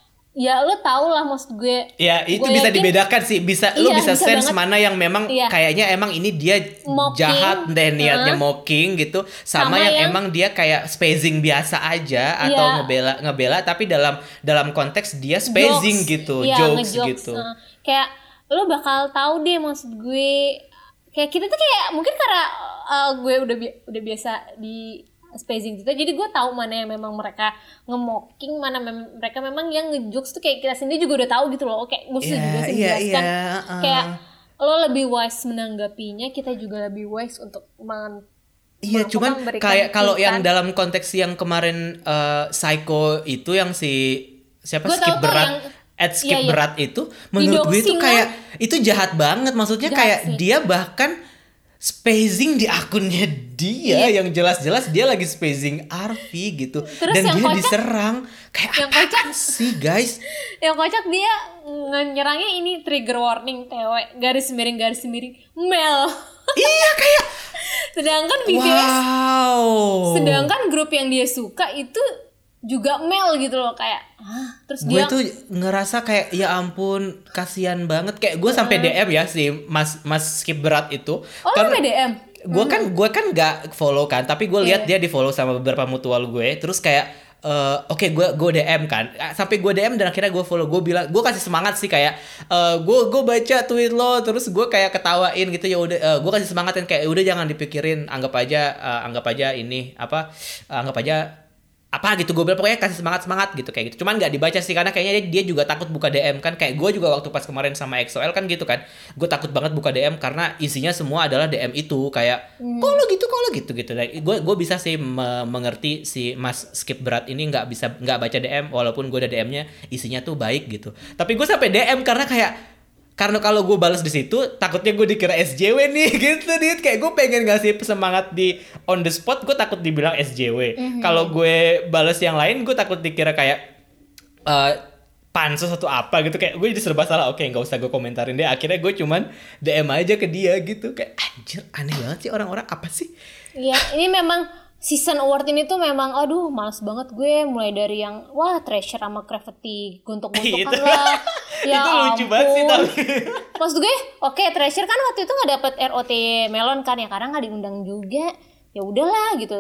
ya lo tau lah maksud gue. Ya itu gue bisa yakin- dibedakan sih, bisa lu Iya, bisa bisa sense banget. mana yang memang Iya. kayaknya emang ini dia Mocking. jahat deh niatnya, Huh? mocking gitu, sama, Sama yang, yang- emang dia kayak spacing biasa aja atau Iya. ngebela ngebela tapi dalam dalam konteks dia spacing Jokes. gitu, Iya, jokes ngejokes. gitu. Nah, kayak lo bakal tahu deh maksud gue, kayak kita tuh kayak mungkin karena uh, gue udah bi- udah biasa di spacing gitu, jadi gue tahu mana yang memang mereka nge-mocking, mana mem- mereka memang yang ngejokes tuh, kayak kita sendiri juga udah tahu gitu loh. Kayak gue Iya, juga sih iya, menjelaskan iya, uh. kayak lo lebih wise menanggapinya, kita juga lebih wise untuk men- Iya, meng- cuman memberikan kayak kalau yang kritikan. dalam konteks yang kemarin uh, Psycho itu yang si siapa Gue skip tahu kok berat, yang- at skip iya, iya. berat itu, menurut gue itu Di-doxing kayak itu jahat banget, maksudnya Jahat kayak sih. dia bahkan spacing di akunnya dia, Iya. yang jelas-jelas dia lagi spacing R V gitu, Terus dan yang dia kocak- diserang kayak yang apa kocak- sih guys? Yang kocak dia nyerangnya ini trigger warning T W garis miring garis miring Mel. Iya kayak Sedangkan B T S, wow. sedangkan grup yang dia suka itu juga Mel gitu loh, kayak ah, terus Gue dia tuh ngerasa kayak ya ampun kasihan banget, kayak gue sampai D M ya si Mas Mas skip berat itu. oh sampai D M. Gue kan gue kan nggak follow kan, tapi gue lihat Iya. dia di follow sama beberapa mutual gue, terus kayak eh, oke gue gue D M kan, sampai gue D M dan akhirnya gue follow, gue bilang gue kasih semangat sih kayak eh, gue gue baca tweet lo, terus gue kayak ketawain gitu, ya udah eh, gue kasih semangat kan, kayak udah jangan dipikirin, anggap aja eh, anggap aja ini apa eh, anggap aja apa gitu, gue bilang pokoknya kasih semangat semangat gitu kayak gitu, cuman nggak dibaca sih karena kayaknya dia, dia juga takut buka D M kan, kayak gue juga waktu pas kemarin sama X O L kan gitu kan, gue takut banget buka D M karena isinya semua adalah D M itu kayak Hmm. kok lo gitu kok lo gitu gitu, nah, gue gue bisa sih me- mengerti si Mas skip berat ini nggak bisa nggak baca D M walaupun gue udah D M-nya isinya tuh baik gitu, tapi gue sampai D M karena kayak karena kalau gue balas di situ takutnya gue dikira S J W nih gitu nih, kayak gue pengen ngasih semangat di on the spot, gue takut dibilang S J W. Mm-hmm. Kalau gue balas yang lain gue takut dikira kayak uh, pansus atau apa gitu, kayak gue jadi serba salah. Oke nggak usah gue komentarin deh, akhirnya gue cuman D M aja ke dia gitu, kayak anjir aneh banget sih orang-orang apa sih. Iya, ini memang season award ini tuh memang aduh males banget gue, mulai dari yang wah Treasure sama Gravity gontok-gontokan Itu. lah. Ya Itu lucu banget sih ampun. tapi. Maksud gue, oke Treasure kan waktu itu nggak dapet R O T Melon kan ya, karena nggak diundang juga. Ya udahlah gitu.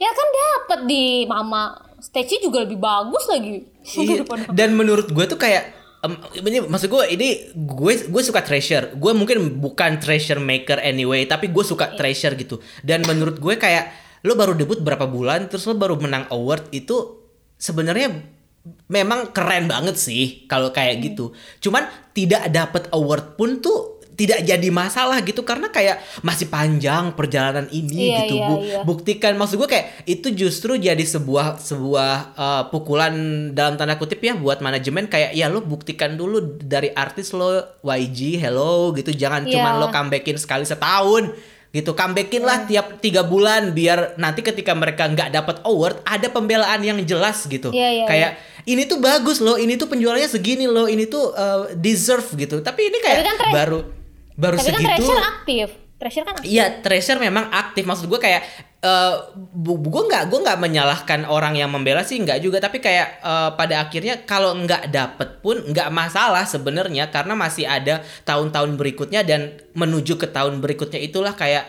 Ya kan dapat di Mama, stage-nya juga lebih bagus lagi. Iya. Dan menurut gue tuh kayak um, ini maksud gue ini gue gue suka Treasure. Gue mungkin bukan treasure maker anyway, tapi gue suka Treasure gitu. Dan menurut gue kayak lo baru debut berapa bulan terus lo baru menang award itu sebenarnya memang keren banget sih kalau kayak hmm. gitu. Cuman tidak dapat award pun tuh tidak jadi masalah gitu karena kayak masih panjang perjalanan ini iya, gitu iya, Bu. Iya. Buktikan, maksud gue kayak itu justru jadi sebuah sebuah uh, pukulan dalam tanda kutip ya buat manajemen kayak ya lo buktikan dulu dari artis lo Y G hello gitu, jangan iya. cuman lo comebackin sekali setahun gitu, comebackin lah hmm. tiap tiga bulan biar nanti ketika mereka nggak dapat award ada pembelaan yang jelas gitu. Iya, iya, kayak iya. ini tuh bagus loh, ini tuh penjualannya segini loh, ini tuh uh, deserve gitu. Tapi ini kayak kan tre- baru baru Tapi segitu. Tapi kan Treasure aktif. Treasure kan aktif. Iya, Treasure memang aktif. Maksud gue kayak uh, gue nggak gue nggak menyalahkan orang yang membela sih, nggak juga. Tapi kayak uh, pada akhirnya kalau nggak dapet pun nggak masalah sebenarnya karena masih ada tahun-tahun berikutnya dan menuju ke tahun berikutnya itulah kayak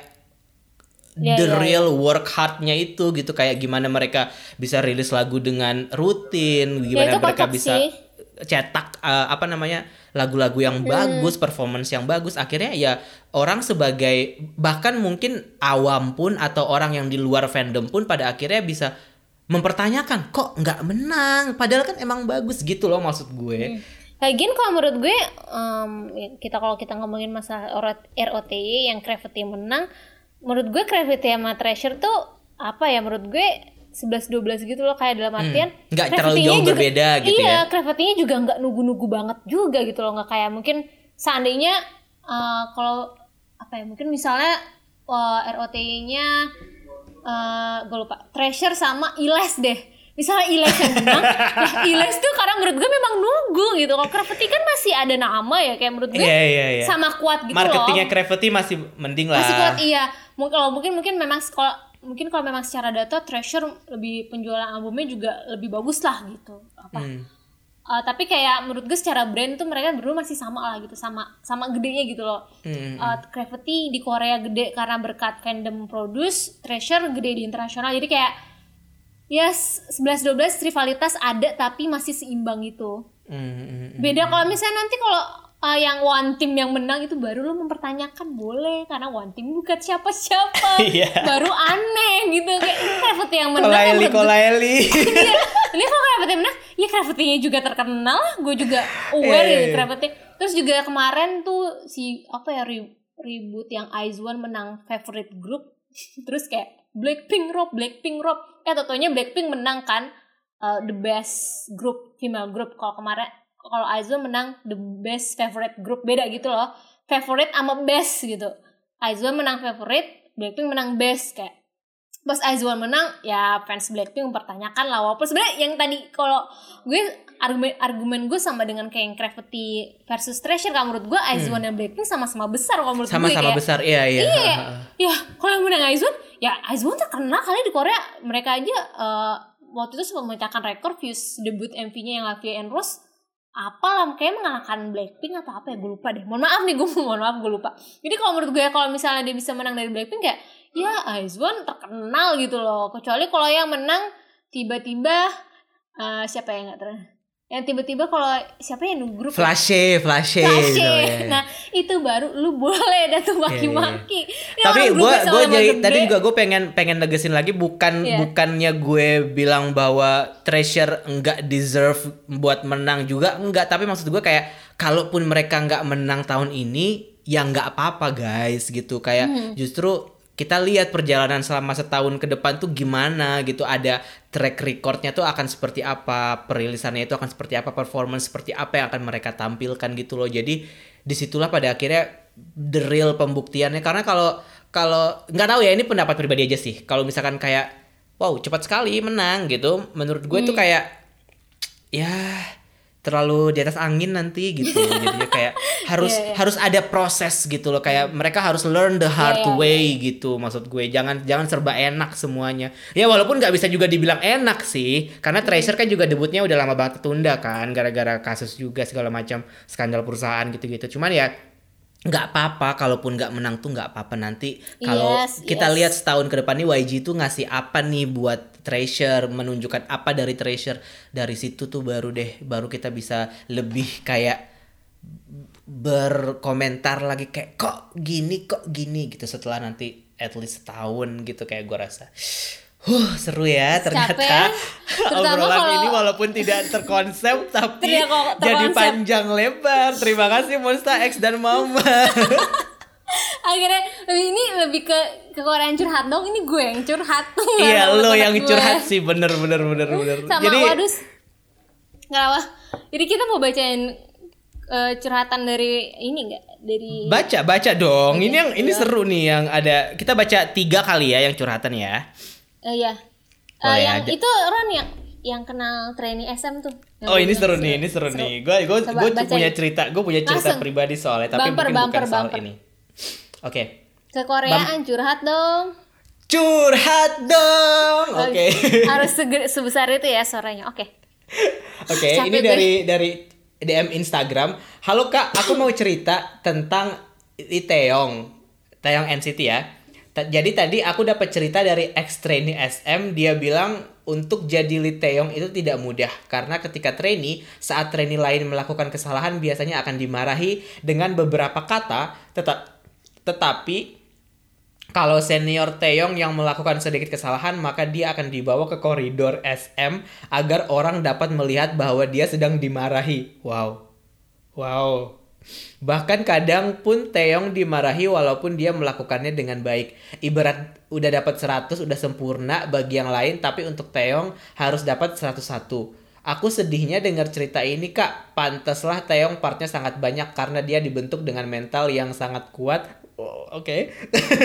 yeah, the yeah, real yeah. work hardnya itu gitu, kayak gimana mereka bisa rilis lagu dengan rutin, gimana ya, mereka bisa sih. cetak uh, apa namanya lagu-lagu yang hmm. bagus, performance yang bagus. Akhirnya ya orang sebagai bahkan mungkin awam pun atau orang yang di luar fandom pun pada akhirnya bisa mempertanyakan kok nggak menang padahal kan emang bagus gitu loh maksud gue. Hmm. Lagian kalau menurut gue um, kita kalau kita ngomongin masalah R O T Y yang Gravity menang, menurut gue Gravity sama Treasure tuh apa ya, menurut gue sebelas dua belas gitu loh, kayak dalam artian hmm, nggak terlalu jauh juga, berbeda gitu iya, ya. Iya, Gravity-nya juga nggak nugu-nugu banget juga gitu loh, nggak kayak mungkin seandainya uh, kalau apa ya, mungkin misalnya uh, R O T Y-nya uh, gue lupa Treasure sama Iles deh, misalnya Iles yang menang, nah Iles tuh karena menurut gue memang nunggu gitu. Kalau Gravity kan masih ada nama ya, kayak menurut gue yeah, yeah, yeah. sama kuat gitu. Marketingnya loh. Gravity masih mending lah. Masih kuat iya. Mungkin kalau mungkin mungkin memang sekolah mungkin kalau memang secara data Treasure lebih penjualan albumnya juga lebih bagus lah gitu apa hmm. uh, tapi kayak menurut gue secara brand tuh mereka berdua masih sama lah gitu, sama sama gedenya gitu loh. hmm. uh, Gravity di Korea gede karena berkat fandom produce, Treasure gede di internasional, jadi kayak ya sebelas dua belas rivalitas ada tapi masih seimbang gitu. hmm. Beda kalau misalnya nanti kalau Uh, yang one team yang menang itu baru lo mempertanyakan, boleh karena one team bukan siapa-siapa. yeah. Baru aneh gitu, kayak Gravity yang menang. Kolaeli, Kolaeli. Iya. Ini kalau Gravity menang, ya Gravity-nya juga terkenal, gue juga aware yeah, gitu yeah. Gravity. Terus juga kemarin tuh si apa ya re- reboot yang IZ*ONE menang favorite group. Terus kayak Blackpink Rob, Blackpink Rob. Eh totonya Blackpink menang kan uh, the best group, female group. Kalau kemarin kalau IZ*ONE menang the best favorite group, beda gitu loh, favorite sama best gitu. IZ*ONE menang favorite, Blackpink menang best, kayak pas IZ*ONE menang ya fans Blackpink mempertanyakan lah, walaupun sebenarnya yang tadi kalau gue argumen argumen gue sama dengan kayak yang Gravity versus Treasure, kalau menurut gue IZ*ONE hmm. dan Blackpink sama-sama besar kalau menurut sama-sama gue sama-sama besar, iya iya. Iya, ya kalau yang menang IZ*ONE, ya IZ*ONE terkenal kali di Korea, mereka aja uh, waktu itu sempat memecahkan rekor views debut M V-nya yang Lavia and Rose. Apalah, kayak mengalahkan Blackpink atau apa ya, gue lupa deh. Mohon maaf nih, gue mohon maaf gue lupa. Jadi kalau menurut gue kalau misalnya dia bisa menang dari Blackpink kayak ya IZ*ONE terkenal gitu loh. Kecuali kalau yang menang tiba-tiba uh, siapa yang nggak ter yang tiba-tiba kalau siapa yang grup Flashe, Flashe. Flashe. So, nah itu baru lu boleh dah tuh maki-maki. Yeah, yeah. Tapi gue gue jadi tadi juga gue pengen pengen negesin lagi, bukan yeah. bukannya gue bilang bahwa Treasure enggak deserve buat menang juga, enggak. Tapi maksud gue kayak kalaupun mereka enggak menang tahun ini ya enggak apa-apa guys gitu. Kayak hmm. justru kita lihat perjalanan selama setahun ke depan tuh gimana gitu, ada track recordnya tuh akan seperti apa, perilisannya itu akan seperti apa, performance seperti apa yang akan mereka tampilkan gitu loh. Jadi disitulah pada akhirnya the real pembuktiannya. Karena kalau kalau nggak tahu ya, ini pendapat pribadi aja sih, kalau misalkan kayak wow cepat sekali menang gitu, menurut gue hmm. tuh kayak ya terlalu di atas angin nanti gitu. Jadinya kayak harus yeah, yeah. harus ada proses gitu loh, kayak mereka harus learn the hard yeah, yeah. way gitu. Maksud gue jangan jangan serba enak semuanya. Ya walaupun nggak bisa juga dibilang enak sih, karena Treasure kan juga debutnya udah lama banget tertunda kan, gara-gara kasus juga segala macam skandal perusahaan gitu-gitu. Cuman ya nggak apa-apa, kalaupun nggak menang tuh nggak apa-apa. Nanti kalau Yes, kita yes. lihat setahun ke depan nih Y G tuh ngasih apa nih buat Treasure, menunjukkan apa dari Treasure. Dari situ tuh baru deh, baru kita bisa lebih kayak berkomentar lagi kayak kok gini kok gini gitu setelah nanti at least setahun gitu kayak gue rasa. Huh, seru ya ternyata. Capek, terutama obrolan kalau- ini walaupun tidak terkonsep tapi Tidak kok jadi terkonsep. panjang lebar. Terima kasih Monsta X dan Mama. Akhirnya lebih ini lebih ke ke Korean curhat dong, ini gue yang curhat. Iya, Sama lo temen yang gue. curhat sih, bener bener bener bener. Sama Jadi Wadus. Nggak apa. Jadi kita mau bacain eh, curhatan dari ini enggak? Dari baca baca dong. Ini yang ini Iya. seru nih yang ada. Kita baca tiga kali ya yang curhatan ya. Eh, iya. Eh, Boleh yang aja. itu Ron yang yang kenal trainee S M tuh. Yang Oh gue ini bilang seru nih, ini seru, nih. Gue gue Coba gue bacain. punya cerita, gue punya cerita Langsung. pribadi soalnya, tapi Bumper, mungkin bumper, bukan soal bumper. ini. Oke. Ke Koreaan curhat dong. Curhat dong. Oke. Harus sege- sebesar itu ya suaranya. Oke. Oke, Capek ini gue. dari dari D M Instagram. Halo Kak, aku mau cerita tentang Lee Taeyong. Taeyong N C T ya. Ta- Jadi tadi aku dapat cerita dari ex trainee S M, dia bilang untuk jadi Lee Taeyong itu tidak mudah karena ketika trainee, saat trainee lain melakukan kesalahan biasanya akan dimarahi dengan beberapa kata, tetap tetapi kalau senior Taeyong yang melakukan sedikit kesalahan, maka dia akan dibawa ke koridor S M agar orang dapat melihat bahwa dia sedang dimarahi. Wow. Wow. Bahkan kadang pun Taeyong dimarahi walaupun dia melakukannya dengan baik. Ibarat udah dapat seratus, udah sempurna bagi yang lain, tapi untuk Taeyong harus dapat seratus satu. Aku sedihnya dengar cerita ini Kak. Pantaslah Taeyong partnya sangat banyak karena dia dibentuk dengan mental yang sangat kuat. Oh, Oke.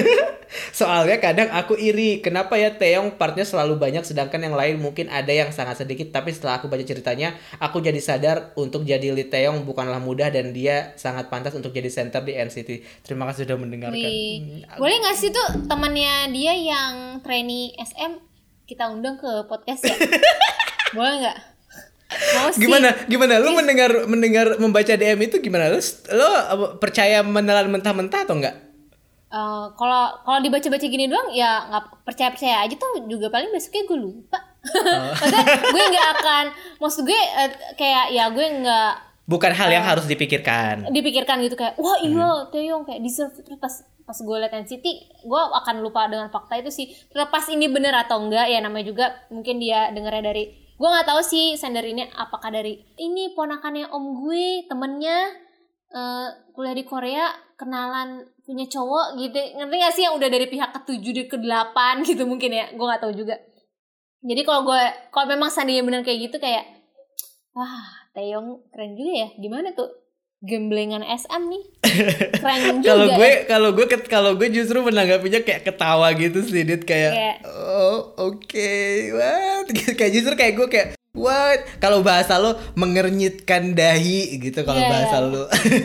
Soalnya kadang aku iri. Kenapa ya Taeyong partnya selalu banyak sedangkan yang lain mungkin ada yang sangat sedikit. Tapi setelah aku baca ceritanya, aku jadi sadar untuk jadi Lee Taeyong bukanlah mudah dan dia sangat pantas untuk jadi center di N C T. Terima kasih sudah mendengarkan. Wih. Hmm, Boleh nggak sih tuh temannya dia yang trainee S M kita undang ke podcast ya? Boleh nggak? Mau sih. Gimana? Gimana? Lu mendengar mendengar membaca D M itu gimana? Lu lu apa, percaya menelan mentah-mentah atau enggak? Eh, Kalau kalau dibaca-baca gini doang ya nggak percaya-percaya aja tuh juga paling besoknya gue lupa. Maksudnya gue nggak akan, maksud gue eh, kayak ya gue nggak Bukan hal yang harus dipikirkan. dipikirkan gitu kayak wah iya Taeyong kayak deserve. Terus pas pas gue liat N C T gue akan lupa dengan fakta itu sih. Terlepas ini bener atau enggak ya namanya juga mungkin dia dengarnya dari, gue nggak tahu sih sender ini apakah dari ini ponakannya om gue temennya eh, kuliah di Korea kenalan punya cowok gitu, ngerti gak sih yang udah dari pihak ketujuh dan kedelapan gitu mungkin ya, gue nggak tahu juga. Jadi kalau gue kalau memang sandinya bener kayak gitu kayak wah Taeyong keren juga ya, gimana tuh gemblengan S M nih keren juga. Kalau gue ya. kalau gue ket- kalau gue justru menanggapinya kayak ketawa gitu sih, Dit, kayak Kayak- oh oke what kayak justru kayak gue kayak what, kalau bahasa lo mengernyitkan dahi gitu kalau Iya, bahasa iya. lo.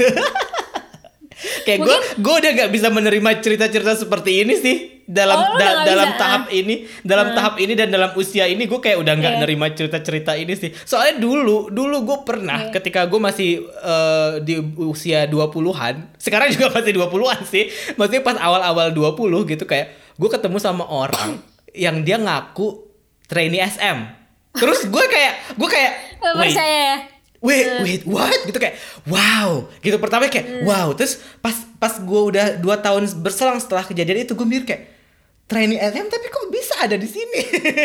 Kayak gue gue udah gak bisa menerima cerita-cerita seperti ini sih dalam Oh, lu udah da- nggak dalam bisa, tahap ini dalam Hmm. tahap ini dan dalam usia ini gue kayak udah nggak Iya. nerima cerita-cerita ini sih. Soalnya dulu dulu gue pernah Iya. ketika gue masih eh, di usia dua puluhan, sekarang juga masih dua puluhan sih. Maksudnya pas awal-awal dua puluh gitu kayak gue ketemu sama orang yang dia ngaku trainee S M. Terus gue kayak gue kayak Gak wait, percaya ya. wait, wait, what? Gitu kayak, wow. Gitu pertama kayak, wow. Terus pas pas gue udah dua tahun berselang setelah kejadian itu, gue mikir kayak, trainee S M tapi kok bisa ada di sini?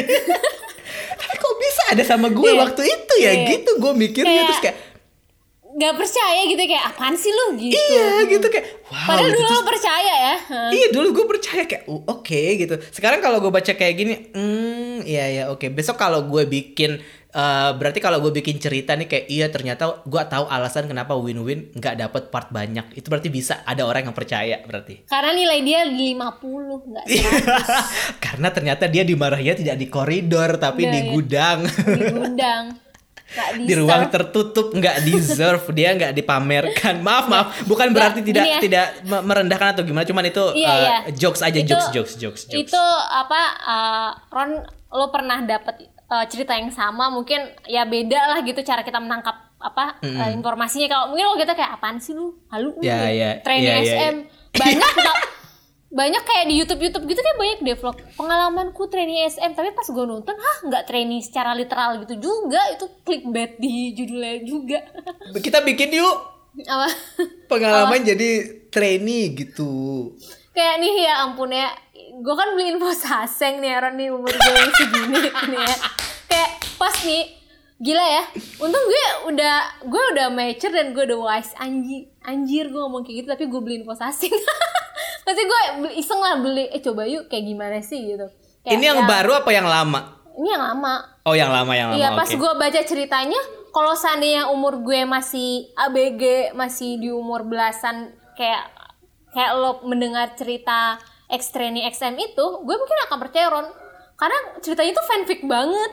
Tapi kok bisa ada sama gue Iya. waktu itu ya? Iya. Gitu gue mikirnya. Kayak- Terus kayak, Gak percaya gitu kayak apaan sih lu gitu. iya gitu kayak, wow. Padahal gitu. dulu Terus- lo percaya ya. Hah. Iya dulu gue percaya kayak oh, oke gitu. Sekarang kalau gue baca kayak gini, hmm iya ya oke. Besok kalau gue bikin eh, berarti kalau gue bikin cerita nih kayak iya ternyata gue tahu alasan kenapa Win-Win nggak dapet part banyak. Itu berarti bisa ada orang yang percaya berarti. Karena nilai dia lima puluh nggak Iya. seratus Karena ternyata dia dimarahinya tidak di koridor tapi Iya, di iya. gudang. di gudang. Nggak Di ruang deserve. tertutup, nggak deserve, dia nggak dipamerkan. Maaf maaf, bukan berarti Nggak, tidak gini ya. tidak me- merendahkan atau gimana, cuman itu Iya, eh, iya. jokes aja, Itu- jokes jokes jokes jokes. Itu apa uh, Ron, lo pernah dapet uh, cerita yang sama mungkin ya beda lah gitu cara kita menangkap apa mm. uh, informasinya. Kalau mungkin kalau kita kayak apaan sih lu, halu lu yeah, yeah, training yeah, S M yeah, yeah. banyak kita, banyak kayak di YouTube YouTube gitu kan banyak deh vlog pengalamanku training S M, tapi pas gue nonton hah nggak training secara literal gitu juga, itu clickbait di judulnya juga. Kita bikin yuk apa pengalaman apa? Jadi trainee gitu. Kayak nih ya ampun ya, gue kan beli info saseng nih Aaron nih, umur gue yang segini nih ya. Kayak pas nih, gila ya, untung gue udah gue udah mature dan gue udah wise. Anjir, anjir gue ngomong kayak gitu tapi gue beli info saseng. Pasti gue iseng lah beli, eh coba yuk kayak gimana sih gitu. Kayak ini yang, yang baru apa yang lama? Ini yang lama. Oh yang lama, yang lama. Iya pas okay. gue baca ceritanya, kalau seandainya umur gue masih A B G, masih di umur belasan, kayak kayak lo mendengar cerita X Trainee X M itu, gue mungkin akan percaya Ron, karena ceritanya tuh fanfic banget.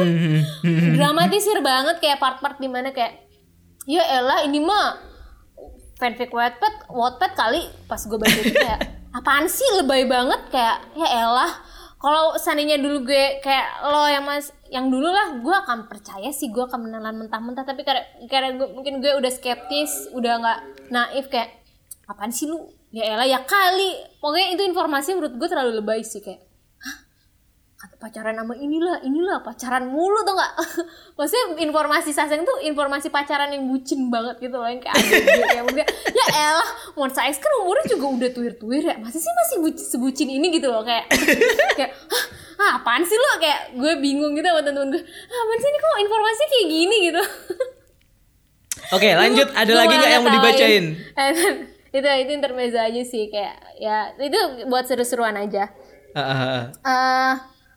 Dramatisir banget, kayak part-part dimana kayak ya elah ini mah fanfic Wattpad, Wattpad kali. Pas gue baca itu kayak apaan sih, lebay banget, kayak ya elah. Kalau seandainya dulu gue kayak lo yang mas yang dulu lah, gue akan percaya sih, gue akan menelan mentah-mentah. Tapi karena karena gue, mungkin gue udah skeptis, udah nggak naif, kayak apaan sih lu, ya elah ya kali. Pokoknya itu informasi menurut gue terlalu lebay sih, kayak kata pacaran sama inilah, inilah pacaran mulu tau gak? Maksudnya informasi saseng tuh informasi pacaran yang bucin banget gitu loh, yang kayak adik kayak mungkin ya elah, Monsta X kan umurnya juga udah tuir-tuir ya, masa sih masih bucin, sebucin ini gitu loh, kayak kayak hah apaan sih lo, kayak gue bingung gitu sama temen-temen gue, ah, apaan sih ini kok informasi kayak gini gitu. Oke lanjut, ada lagi gak yang mau dibacain? itu itu intermezzo aja sih, kayak ya itu buat seru-seruan aja. Uh, uh, uh. Uh,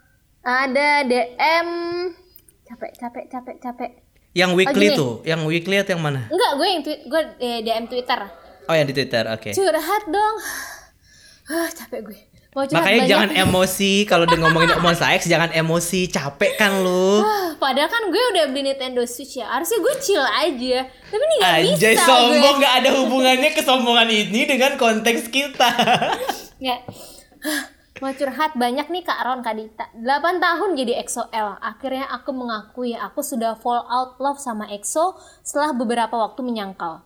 ada D M capek capek capek capek. Yang weekly oh, tuh, yang weekly atau yang mana? Enggak, gue yang tweet, gue eh, D M Twitter. Oh yang di Twitter, oke. Okay. Curhat dong. Ah capek gue. Mau curhat makanya banyak. Jangan emosi kalau udah ngomongin Monsta X, jangan emosi, capek kan lu. Ah, padahal kan gue udah beli Nintendo Switch ya, harusnya gue chill aja. Tapi ini nggak bisa. Anjay sombong, nggak ada hubungannya kesombongan ini dengan konteks kita. Ya. Mau curhat banyak nih Kak Ron, Kak Dita. delapan tahun jadi E X O L. Akhirnya aku mengakui aku sudah fall out love sama E X O setelah beberapa waktu menyangkal.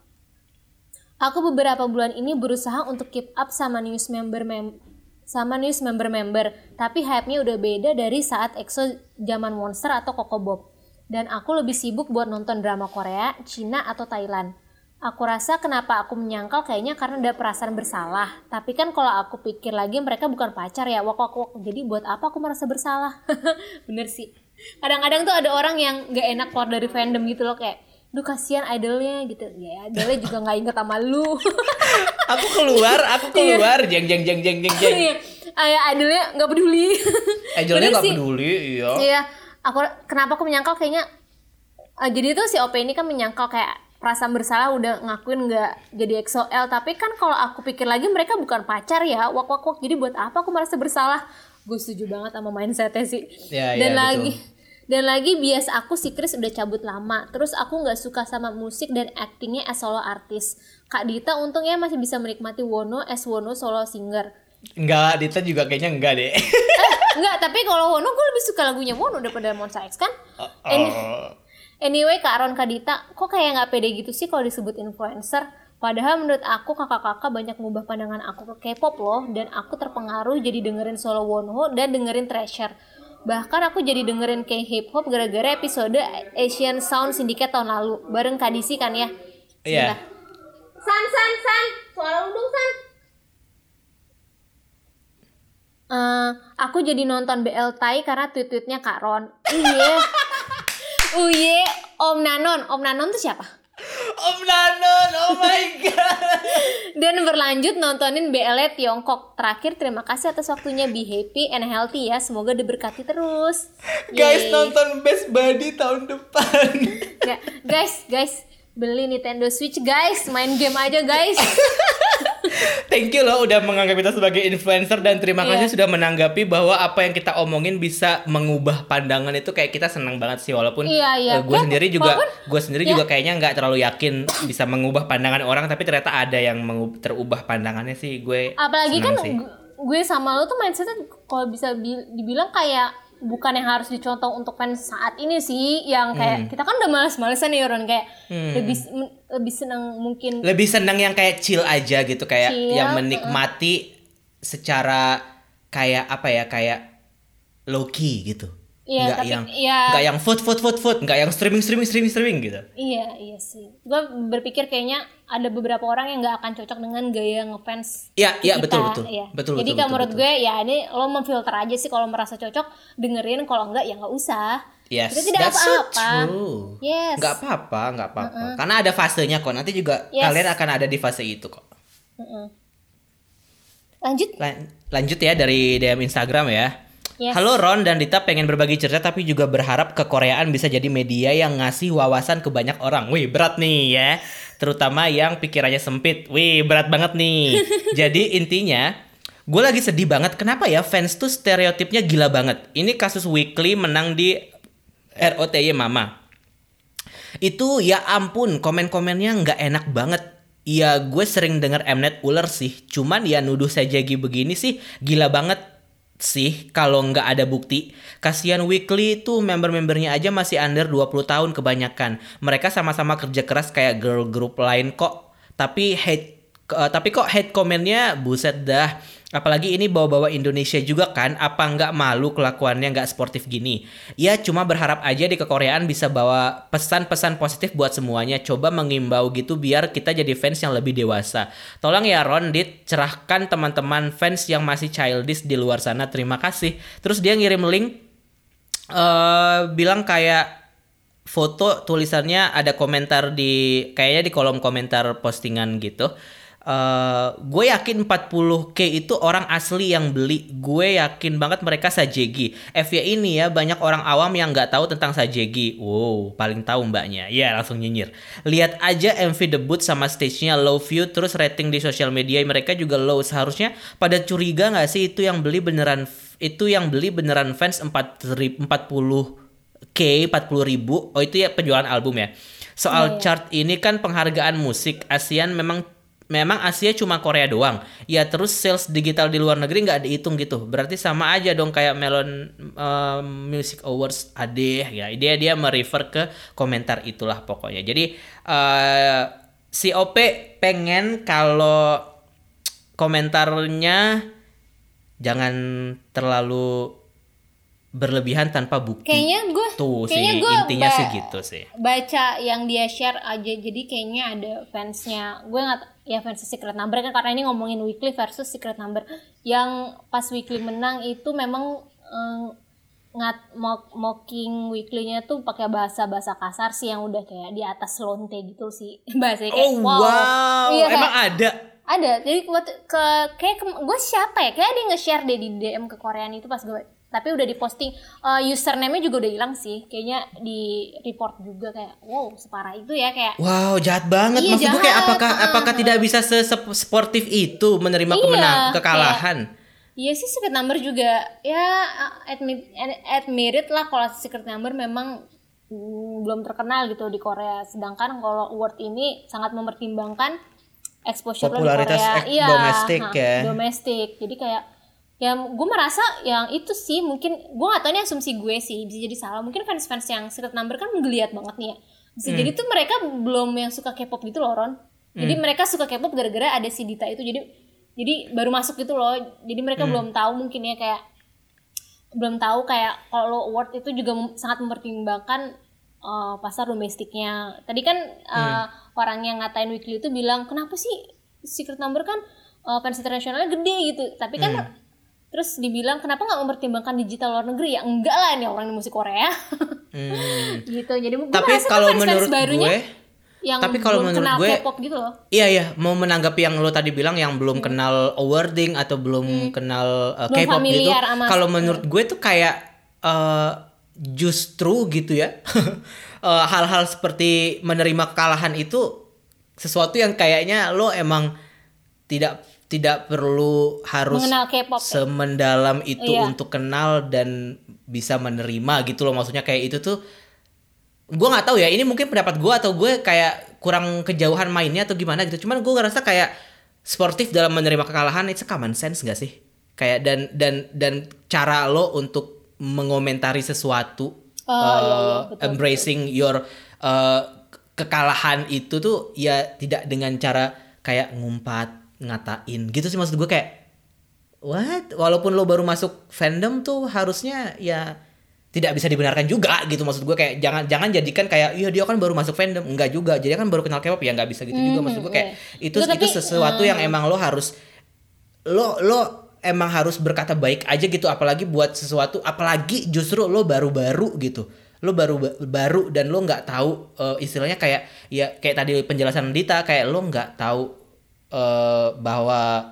Aku beberapa bulan ini berusaha untuk keep up sama news member mem- sama news member-member, tapi hype-nya udah beda dari saat E X O zaman Monster atau Koko Bob. Dan aku lebih sibuk buat nonton drama Korea, Cina atau Thailand. Aku rasa kenapa aku menyangkal kayaknya karena ada perasaan bersalah. Tapi kan kalau aku pikir lagi mereka bukan pacar ya, wak wak wak. Jadi buat apa aku merasa bersalah? Bener sih. Kadang-kadang tuh ada orang yang gak enak keluar dari fandom gitu loh, kayak duh kasihan idolnya gitu. Ya idolnya juga gak inget sama lu. Aku keluar, aku keluar, jeng jeng jeng jeng jeng jeng. Iya, idolnya gak peduli. Idolnya gak peduli, iya. Iya, aku kenapa aku menyangkal kayaknya. Uh, jadi tuh si O P ini kan menyangkal kayak perasaan bersalah udah ngakuin nggak jadi E X O L, tapi kan kalau aku pikir lagi mereka bukan pacar ya, wak wak wak. Jadi buat apa aku merasa bersalah? Gue setuju banget sama mindsetnya sih. Ya, dan ya, lagi betul. dan lagi bias aku si Chris udah cabut lama, terus aku nggak suka sama musik dan actingnya as solo artis. Kak Dita untungnya masih bisa menikmati Wono as Wono solo singer. Enggak, Dita juga kayaknya enggak deh. eh, enggak, tapi kalau Wono gue lebih suka lagunya Wono daripada Monsta X kan. Oh. And, Anyway, Kak Ron, Kak Dita, kok kayak gak pede gitu sih kalau disebut influencer? Padahal menurut aku kakak-kakak banyak ngubah pandangan aku ke K-pop loh, dan aku terpengaruh jadi dengerin solo Wonho dan dengerin Treasure. Bahkan aku jadi dengerin K-hip hop gara-gara episode Asian Sound Syndicate tahun lalu, bareng Kak Disi kan ya? Iya. Yeah. San, San, San, suara lu dong San. Uh, aku jadi nonton B L Thai karena tweet-tweetnya Kak Ron. Iya. Uye, Om Nanon. Om Nanon tuh siapa? Om Nanon, oh my god. Dan berlanjut nontonin B L Tiongkok. Terakhir terima kasih atas waktunya, be happy and healthy ya. Semoga diberkati terus. Guys, Yeay. nonton Best Buddy tahun depan. Ya, guys, guys, beli Nintendo Switch guys, main game aja guys. Thank you loh udah menganggap kita sebagai influencer, dan terima yeah. kasih sudah menanggapi bahwa apa yang kita omongin bisa mengubah pandangan. Itu kayak kita senang banget sih, walaupun yeah, yeah. uh, gue sendiri juga gue sendiri yeah. juga kayaknya nggak terlalu yakin bisa mengubah pandangan orang, tapi ternyata ada yang mengub- terubah pandangannya sih. Gue apalagi kan sih. gue sama lo tuh mindsetnya kalau bisa bi- dibilang kayak bukan yang harus dicontoh untuk fans saat ini sih, yang kayak Hmm. kita kan udah males-malesan nih Ron, kayak Hmm. lebih lebih senang mungkin Lebih senang yang kayak chill aja gitu, kayak Chill, yang menikmati secara kayak apa ya, kayak low key gitu. Iya, Nggak tapi yang ya nggak yang food food food food, nggak yang streaming streaming streaming streaming gitu. iya iya sih. Gue berpikir kayaknya ada beberapa orang yang nggak akan cocok dengan gaya ngefans Iya, iya, kita. betul, betul. Iya. Betul, Jadi betul, kalau betul, menurut betul. gue ya ini lo memfilter aja sih, kalau merasa cocok dengerin, kalau enggak ya nggak usah. Yes, Itu tidak that's so apa-apa. true. Yes. Nggak apa-apa, nggak apa-apa. Karena ada fasenya kok. Nanti juga Yes. kalian akan ada di fase itu kok. Mm-mm. Lanjut. Lan- lanjut ya dari D M Instagram ya. Yes. Halo Ron dan Dita, pengen berbagi cerita tapi juga berharap kekoreaan bisa jadi media yang ngasih wawasan ke banyak orang. Wih, berat nih ya. Terutama yang pikirannya sempit. Wih, berat banget nih. Jadi intinya, gue lagi sedih banget. Kenapa ya fans tuh stereotipnya gila banget. Ini kasus Weekly menang di R O T Y Mama. Itu ya ampun, komen-komennya nggak enak banget. Ya gue sering denger Mnet ular sih. Cuman ya nuduh Sejegi begini sih gila banget sih kalau nggak ada bukti. Kasihan Weekly itu member-membernya aja masih under dua puluh tahun kebanyakan. Mereka sama-sama kerja keras kayak girl group lain kok. Tapi hate uh, tapi kok hate komennya buset dah. Apalagi ini bawa-bawa Indonesia juga kan. Apa nggak malu kelakuannya nggak sportif gini. Ya cuma berharap aja di kekoreaan bisa bawa pesan-pesan positif buat semuanya. Coba mengimbau gitu biar kita jadi fans yang lebih dewasa. Tolong ya Ron, Dit, cerahkan teman-teman fans yang masih childish di luar sana. Terima kasih. Terus dia ngirim link uh, bilang kayak foto, tulisannya ada komentar di kayaknya di kolom komentar postingan gitu. Uh, gue yakin empat puluh K itu orang asli yang beli. Gue yakin banget mereka Sajegi. F Y ini ya, banyak orang awam yang gak tahu tentang Sajegi. Wow, paling tahu mbaknya. Ya langsung nyinyir. Lihat aja M V debut sama stage-nya low view. Terus rating di sosial media mereka juga low. Seharusnya pada curiga gak sih itu yang beli beneran Itu yang beli beneran fans empat puluh K, empat puluh ribu. Oh itu ya penjualan album ya. Soal Iya, iya. chart ini kan penghargaan musik ASEAN memang Memang Asia cuma Korea doang. Ya terus sales digital di luar negeri nggak dihitung gitu. Berarti sama aja dong kayak Melon uh, Music Awards adeh ya. Dia dia merefer ke komentar itulah pokoknya. Jadi uh, si O P pengen kalau komentarnya jangan terlalu berlebihan tanpa bukti. Kayaknya gue Tuh kayaknya sih gue intinya ba- sih gitu sih. baca yang dia share aja, jadi kayaknya ada fansnya, gue nggak, ya fans Secret Number kan, karena ini ngomongin Weekly versus Secret Number. Yang pas Weekly menang itu memang eh, ngat mock, mocking Weekly-nya tuh pakai bahasa-bahasa kasar sih, yang udah kayak di atas lonte gitu sih bahasanya kayak Oh wow, wow, Iya, kayak- emang ada. ada. Jadi waktu ke kayak ke, gue siapa ya, kayak dia nge-share deh di D M ke Koreaan itu pas gue, tapi udah diposting, uh, username-nya juga udah hilang sih, kayaknya di report juga, kayak wow separah itu ya, kayak Wow, jahat banget. Iya, Maksud gue kayak jahat. apakah Ah. apakah tidak bisa se-sportif itu menerima Iya, kemenang kekalahan? iya sih. Secret Number juga ya admit admit it lah kalau Secret Number memang mm, belum terkenal gitu di Korea, sedangkan kalau award ini sangat mempertimbangkan exposure lo di Popularitas Korea, ek- iya, domestik nah, ya. domestik. Jadi kayak ya gue merasa yang itu sih, mungkin gue gak tau, ini asumsi gue sih, bisa jadi salah. Mungkin fans-fans yang Secret Number kan menggeliat banget nih ya, bisa Hmm. jadi tuh mereka belum yang suka K-pop gitu loh Ron. Jadi mereka suka K-pop gara-gara ada si Dita itu, jadi jadi baru masuk gitu loh. Jadi mereka belum tahu mungkin ya, kayak belum tahu kayak kalau award itu juga mem- sangat mempertimbangkan uh, pasar domestiknya. Tadi kan uh, orang yang ngatain Weekly itu bilang, kenapa sih Secret Number kan uh, fans internasionalnya gede gitu, tapi kan Hmm. terus dibilang kenapa nggak mempertimbangkan digital luar negeri, ya enggak lah, ini orang di musik Korea. Hmm. Gitu. Jadi gue Tapi merasa tuh kalau fans-fans menurut barunya gue, yang tapi kalau belum menurut kenal gue- K-pop gitu loh. iya ya, mau menanggapi yang lo tadi bilang yang belum kenal awarding atau belum kenal uh, Belum K-pop gitu. familiar sama- Kalau menurut gue tuh kayak uh, justru gitu ya. uh, hal-hal seperti menerima kekalahan itu sesuatu yang kayaknya lo emang tidak tidak perlu harus Mengenal K-pop ya. semendalam itu Iya. untuk kenal dan bisa menerima gitu loh. Maksudnya kayak itu tuh gue nggak tahu ya, ini mungkin pendapat gue atau gue kayak kurang kejauhan mainnya atau gimana gitu. Cuman gue ngerasa kayak sportif dalam menerima kekalahan itu common sense gak sih? Kayak dan dan dan cara lo untuk mengomentari sesuatu, Oh, uh, iya, iya, betul, embracing your uh, kekalahan itu tuh ya tidak dengan cara kayak ngumpat, ngatain gitu sih, maksud gue kayak what? Walaupun lo baru masuk fandom tuh harusnya ya tidak bisa dibenarkan juga gitu, maksud gue kayak jangan jangan jadikan kayak iya dia kan baru masuk fandom, enggak juga, jadi kan baru kenal K-pop ya nggak bisa gitu mm-hmm, juga, maksud gue kayak yeah. itu Loh, tapi, itu sesuatu uh, yang emang lo harus lo lo emang harus berkata baik aja gitu, apalagi buat sesuatu, apalagi justru lo baru-baru gitu, lo baru baru dan lo nggak tahu uh, istilahnya kayak ya kayak tadi penjelasan Dita, kayak lo nggak tahu uh, bahwa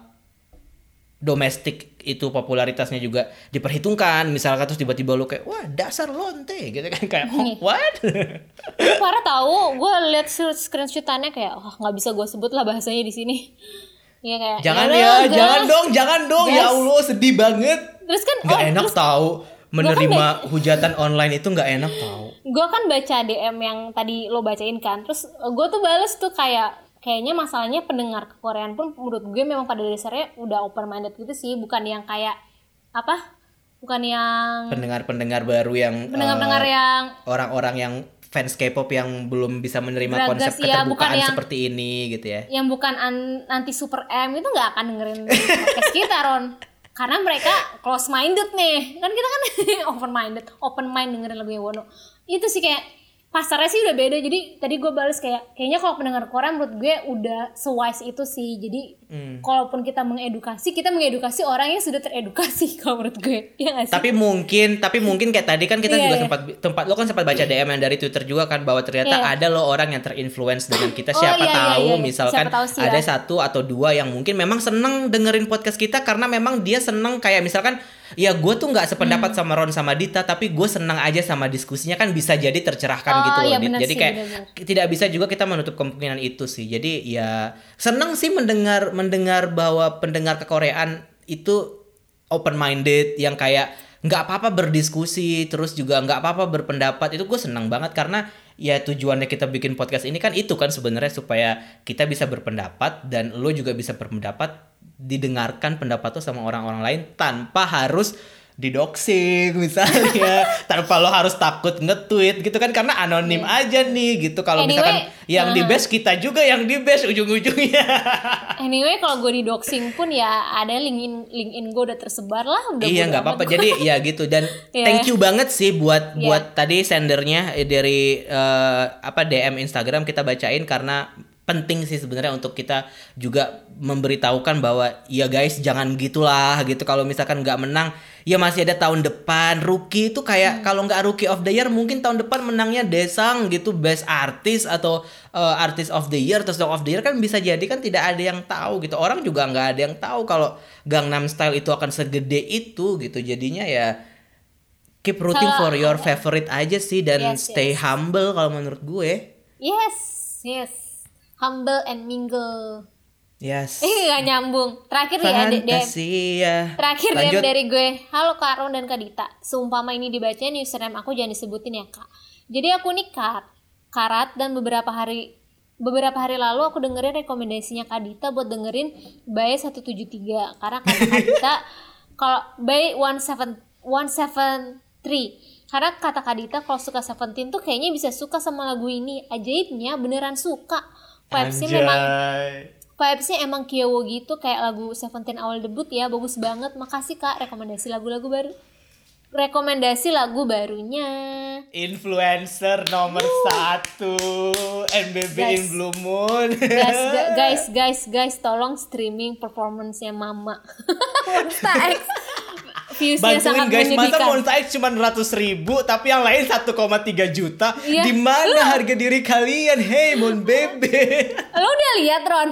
domestik itu popularitasnya juga diperhitungkan, misalkan terus tiba-tiba lo kayak wah dasar lonte gitu kan, kayak oh, what? Gue parah tahu, gue liat screenshotannya kayak wah nggak bisa gue sebut lah bahasanya di sini. Iya kayak jangan ya, ya jangan dong, jangan dong, guys. Ya Allah sedih banget. Terus kan nggak oh, enak terus, tahu menerima kan hujatan online itu nggak enak tahu. Gue kan baca D M yang tadi lo bacain kan, terus gue tuh bales tuh kayak kayaknya masalahnya pendengar Korean pun menurut gue memang pada dasarnya udah open minded gitu sih, bukan yang kayak apa? Bukan yang pendengar-pendengar baru yang pendengar-pendengar uh, yang orang-orang yang fans K-pop yang belum bisa menerima Bragas, konsep keterbukaan ya, seperti ini gitu ya. Yang bukan an- anti Super M itu nggak akan dengerin podcast kita, Ron. Karena mereka close minded nih. Kan kita kan open minded, open mind dengerin lagunya Wono. Itu sih kayak pasarnya sih udah beda. Jadi tadi gue bales kayak kayaknya kalau pendengar Korea menurut gue udah sewise itu sih. Jadi hmm. kalaupun kita mengedukasi, kita mengedukasi orang yang sudah teredukasi kalau menurut gue. Ya gak sih? Tapi mungkin tapi mungkin kayak tadi kan kita yeah, juga yeah. sempat tempat lo kan sempat baca D M yang dari Twitter juga kan, bahwa ternyata yeah. ada lo orang yang terinfluence dengan kita. Siapa oh, iya, tahu iya, iya. misalkan Siapa tahu sih, ada ya. satu atau dua yang mungkin memang seneng dengerin podcast kita karena memang dia seneng kayak misalkan ya gue tuh nggak sependapat hmm. sama Ron sama Dita, tapi gue senang aja sama diskusinya, kan bisa jadi tercerahkan oh, gitu loh. Iya, jadi sih, kayak bener-bener. tidak bisa juga kita menutup kemungkinan itu sih. Jadi ya senang sih mendengar mendengar bahwa pendengar kekoreaan itu open minded, yang kayak nggak apa-apa berdiskusi, terus juga nggak apa-apa berpendapat. Itu gue senang banget karena ya tujuannya kita bikin podcast ini kan itu kan sebenarnya supaya kita bisa berpendapat dan lo juga bisa berpendapat, didengarkan pendapat lo sama orang-orang lain tanpa harus didoxing misalnya, tanpa lo harus takut nge-tweet gitu kan, karena anonim yeah. aja nih gitu. Kalau anyway, misalkan yang uh, di bash kita juga yang di bash ujung-ujungnya. Anyway, kalau gue di doxing pun ya ada linkin linkin gue udah tersebar lah. Udah iya nggak apa-apa. Jadi ya gitu, dan yeah. thank you banget sih buat yeah. buat tadi sendernya dari uh, apa D M Instagram kita bacain, karena penting sih sebenarnya untuk kita juga memberitahukan bahwa ya guys jangan gitulah gitu. Kalau misalkan nggak menang ya masih ada tahun depan. Rookie itu kayak hmm. kalau nggak Rookie of the Year mungkin tahun depan menangnya Daesung gitu, Best Artist atau uh, Artist of the Year atau Song of the Year, kan bisa jadi kan tidak ada yang tahu gitu. Orang juga nggak ada yang tahu kalau Gangnam Style itu akan segede itu gitu. Jadinya ya keep rooting kalo, for your favorite aja sih, dan yes, stay yes. humble kalau menurut gue. Yes, yes. Humble and mingle. Yes. Eh gak nyambung. Terakhir ya D M. Terakhir D M dari gue. Halo Kak Ron dan Kak Dita. Seumpama ini dibacain username aku jangan disebutin ya Kak. Jadi aku nih Kak Karat, dan beberapa hari beberapa hari lalu aku dengerin rekomendasinya Kak Dita buat dengerin Bae seratus tujuh puluh tiga. Karena kata Kak Dita kalau Bae seratus tujuh puluh tiga, karena kata Kak Dita kalau suka Seventeen tuh kayaknya bisa suka sama lagu ini. Ajaibnya beneran suka. Vibes-nya memang Vibes-nya emang kyowo gitu, kayak lagu Seventeen awal debut ya, bagus banget. Makasih Kak, rekomendasi lagu-lagu baru. Rekomendasi lagu barunya. Influencer nomor uh. satu N B B guys, in Blue Moon. Guys, guys, guys, guys, tolong streaming performance-nya Mama. Monsta X. Viewsnya sangat guys, menyedihkan. masa Monsta X cuma seratus ribu tapi yang lain satu koma tiga juta. Iya. Di mana harga diri kalian? Hey Mon Bebe. Lo udah lihat Ron?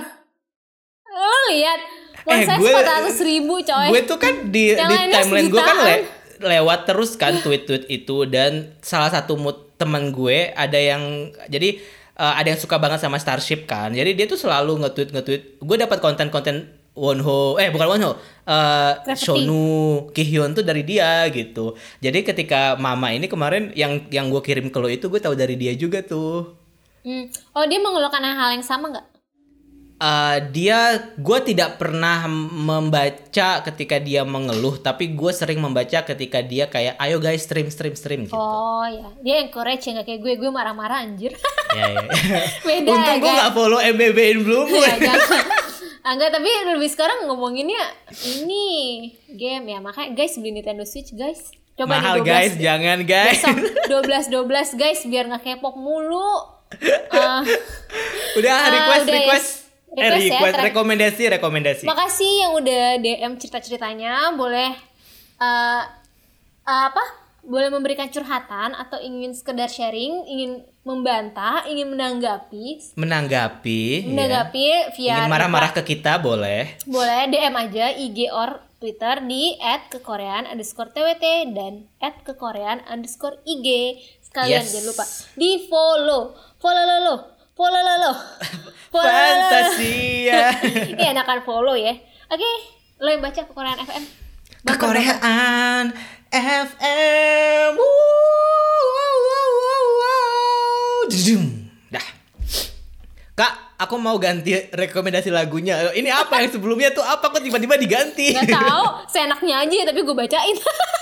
Lo lihat Monsta X eh, empat ratus ribu coy. Gue tuh kan di, di timeline gue kan le, lewat terus kan tweet-tweet itu, dan salah satu mood teman gue ada yang jadi uh, ada yang suka banget sama Starship kan. Jadi dia tuh selalu nge-tweet nge-tweet. Gue dapat konten-konten Wonho, eh bukan Wonho, uh, Shonu, Kihyun tuh dari dia gitu. Jadi ketika Mama ini kemarin yang yang gue kirim ke lo itu gue tahu dari dia juga tuh. Hmm. Oh dia mengeluhkan hal yang sama nggak? uh, dia gue tidak pernah membaca ketika dia mengeluh, tapi gue sering membaca ketika dia kayak ayo guys stream stream stream gitu. Oh ya, dia encourage nggak kayak gue, gue marah-marah anjir. Ya, ya. Beda. Untung gue nggak follow M B B in Blue Moon. Ya, jangan. Ah, enggak, tapi lebih sekarang ngomonginnya ini game ya, makanya guys beli Nintendo Switch guys. Coba mahal nih, dua belas, guys, jangan guys. dua belas dua belas guys biar nggak K-pop mulu. Uh, udah request uh, udah request ya. eh request, request ya, rekomendasi rekomendasi. Makasih yang udah D M cerita-ceritanya, boleh uh, uh, apa? Boleh memberikan curhatan atau ingin sekedar sharing, ingin membantah, ingin menanggapi. Menanggapi. Menanggapi ya. via ingin marah-marah ke kita boleh. Boleh D M aja I G or Twitter di at kekorean underscore twt dan at kekorean underscore ig. Sekalian yes. Jangan lupa di follow, follow lo lo, follow lo lo, Fantasia. Ini enakan follow ya. Oke, lo yang baca Kekorean F M. Kekorean F M. Wow, wow, wow, wow. Dah. Kak, aku mau ganti rekomendasi lagunya. Ini apa yang sebelumnya tuh apa kok tiba-tiba diganti? Gak tahu, seenaknya aja tapi gue bacain.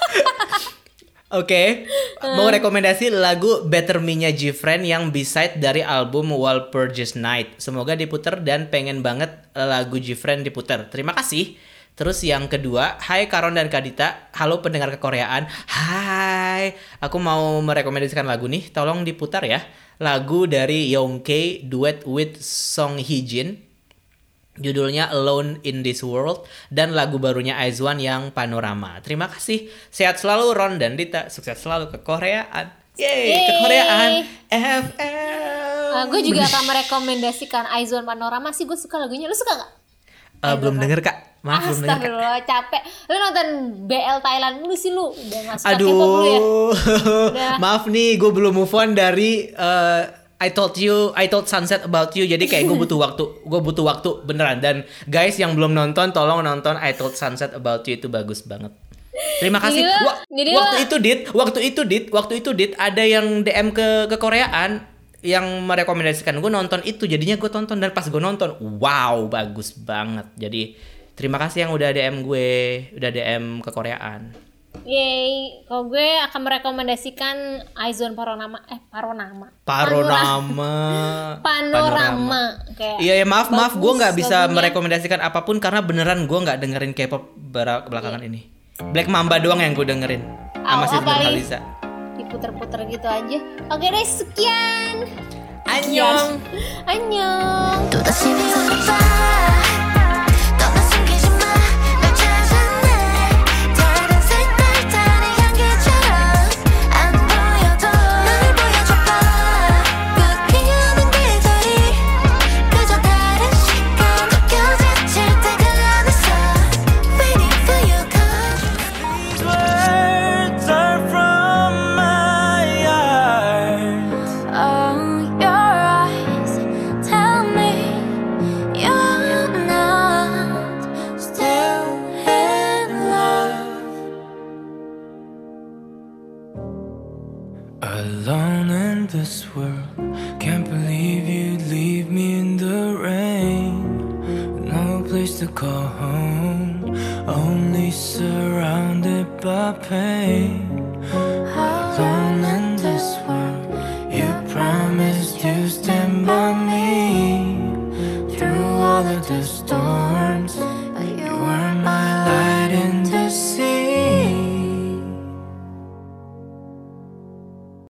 Oke, okay. Mau rekomendasi lagu Better Me-nya Gfriend yang B-side dari album Walpurgis Night. Semoga diputer dan pengen banget lagu Gfriend diputer. Terima kasih. Terus yang kedua, hai Karon dan Kadita, halo pendengar kekoreaan. Hai, aku mau merekomendasikan lagu nih, tolong diputar ya. Lagu dari Youngkay duet with Song Hye Jin. Judulnya Alone in This World dan lagu barunya Aizwan yang Panorama. Terima kasih. Sehat selalu Ron dan Dita. Sukses selalu kekoreaan. Yeay, kekoreaan F M. Uh, gue juga akan merekomendasikan Aizwan Panorama sih, gue suka lagunya. Lu suka gak? Uh, belum kan? Denger Kak. Maaf belum denger Kak. Astagfirullah, capek. Lu nonton B L Thailand mulu sih lu. Udah masuk Aduh. K-pop lu ya. Udah. Maaf nih, gue belum move on dari uh, I told you, I told Sunset About You. Jadi kayak gue butuh waktu, gue butuh waktu beneran. Dan guys yang belum nonton, tolong nonton I Told Sunset About You, itu bagus banget. Terima kasih. Jadi Wa- jadi waktu lah. itu dit, waktu itu dit, waktu itu dit, ada yang D M ke ke Koreaan yang merekomendasikan gue nonton itu. Jadinya gue tonton dan pas gue nonton, wow bagus banget. Jadi terima kasih yang udah D M gue, udah D M ke Koreaan. Yeay, kalau gue akan merekomendasikan Aizwan Panorama, eh Panorama, Panorama, Panorama. Kayak iya ya maaf maaf gue nggak bisa lagunya. merekomendasikan apapun karena beneran gue nggak dengerin K-pop ber- belakangan yeah. ini. Black Mamba doang yang gue dengerin sama si Nurhaliza. Diputer-puter gitu aja. Oke deh, sekian. Annyeong. Annyeong. Alone in this world, can't believe you'd leave me in the rain. No place to call home, only surrounded by pain.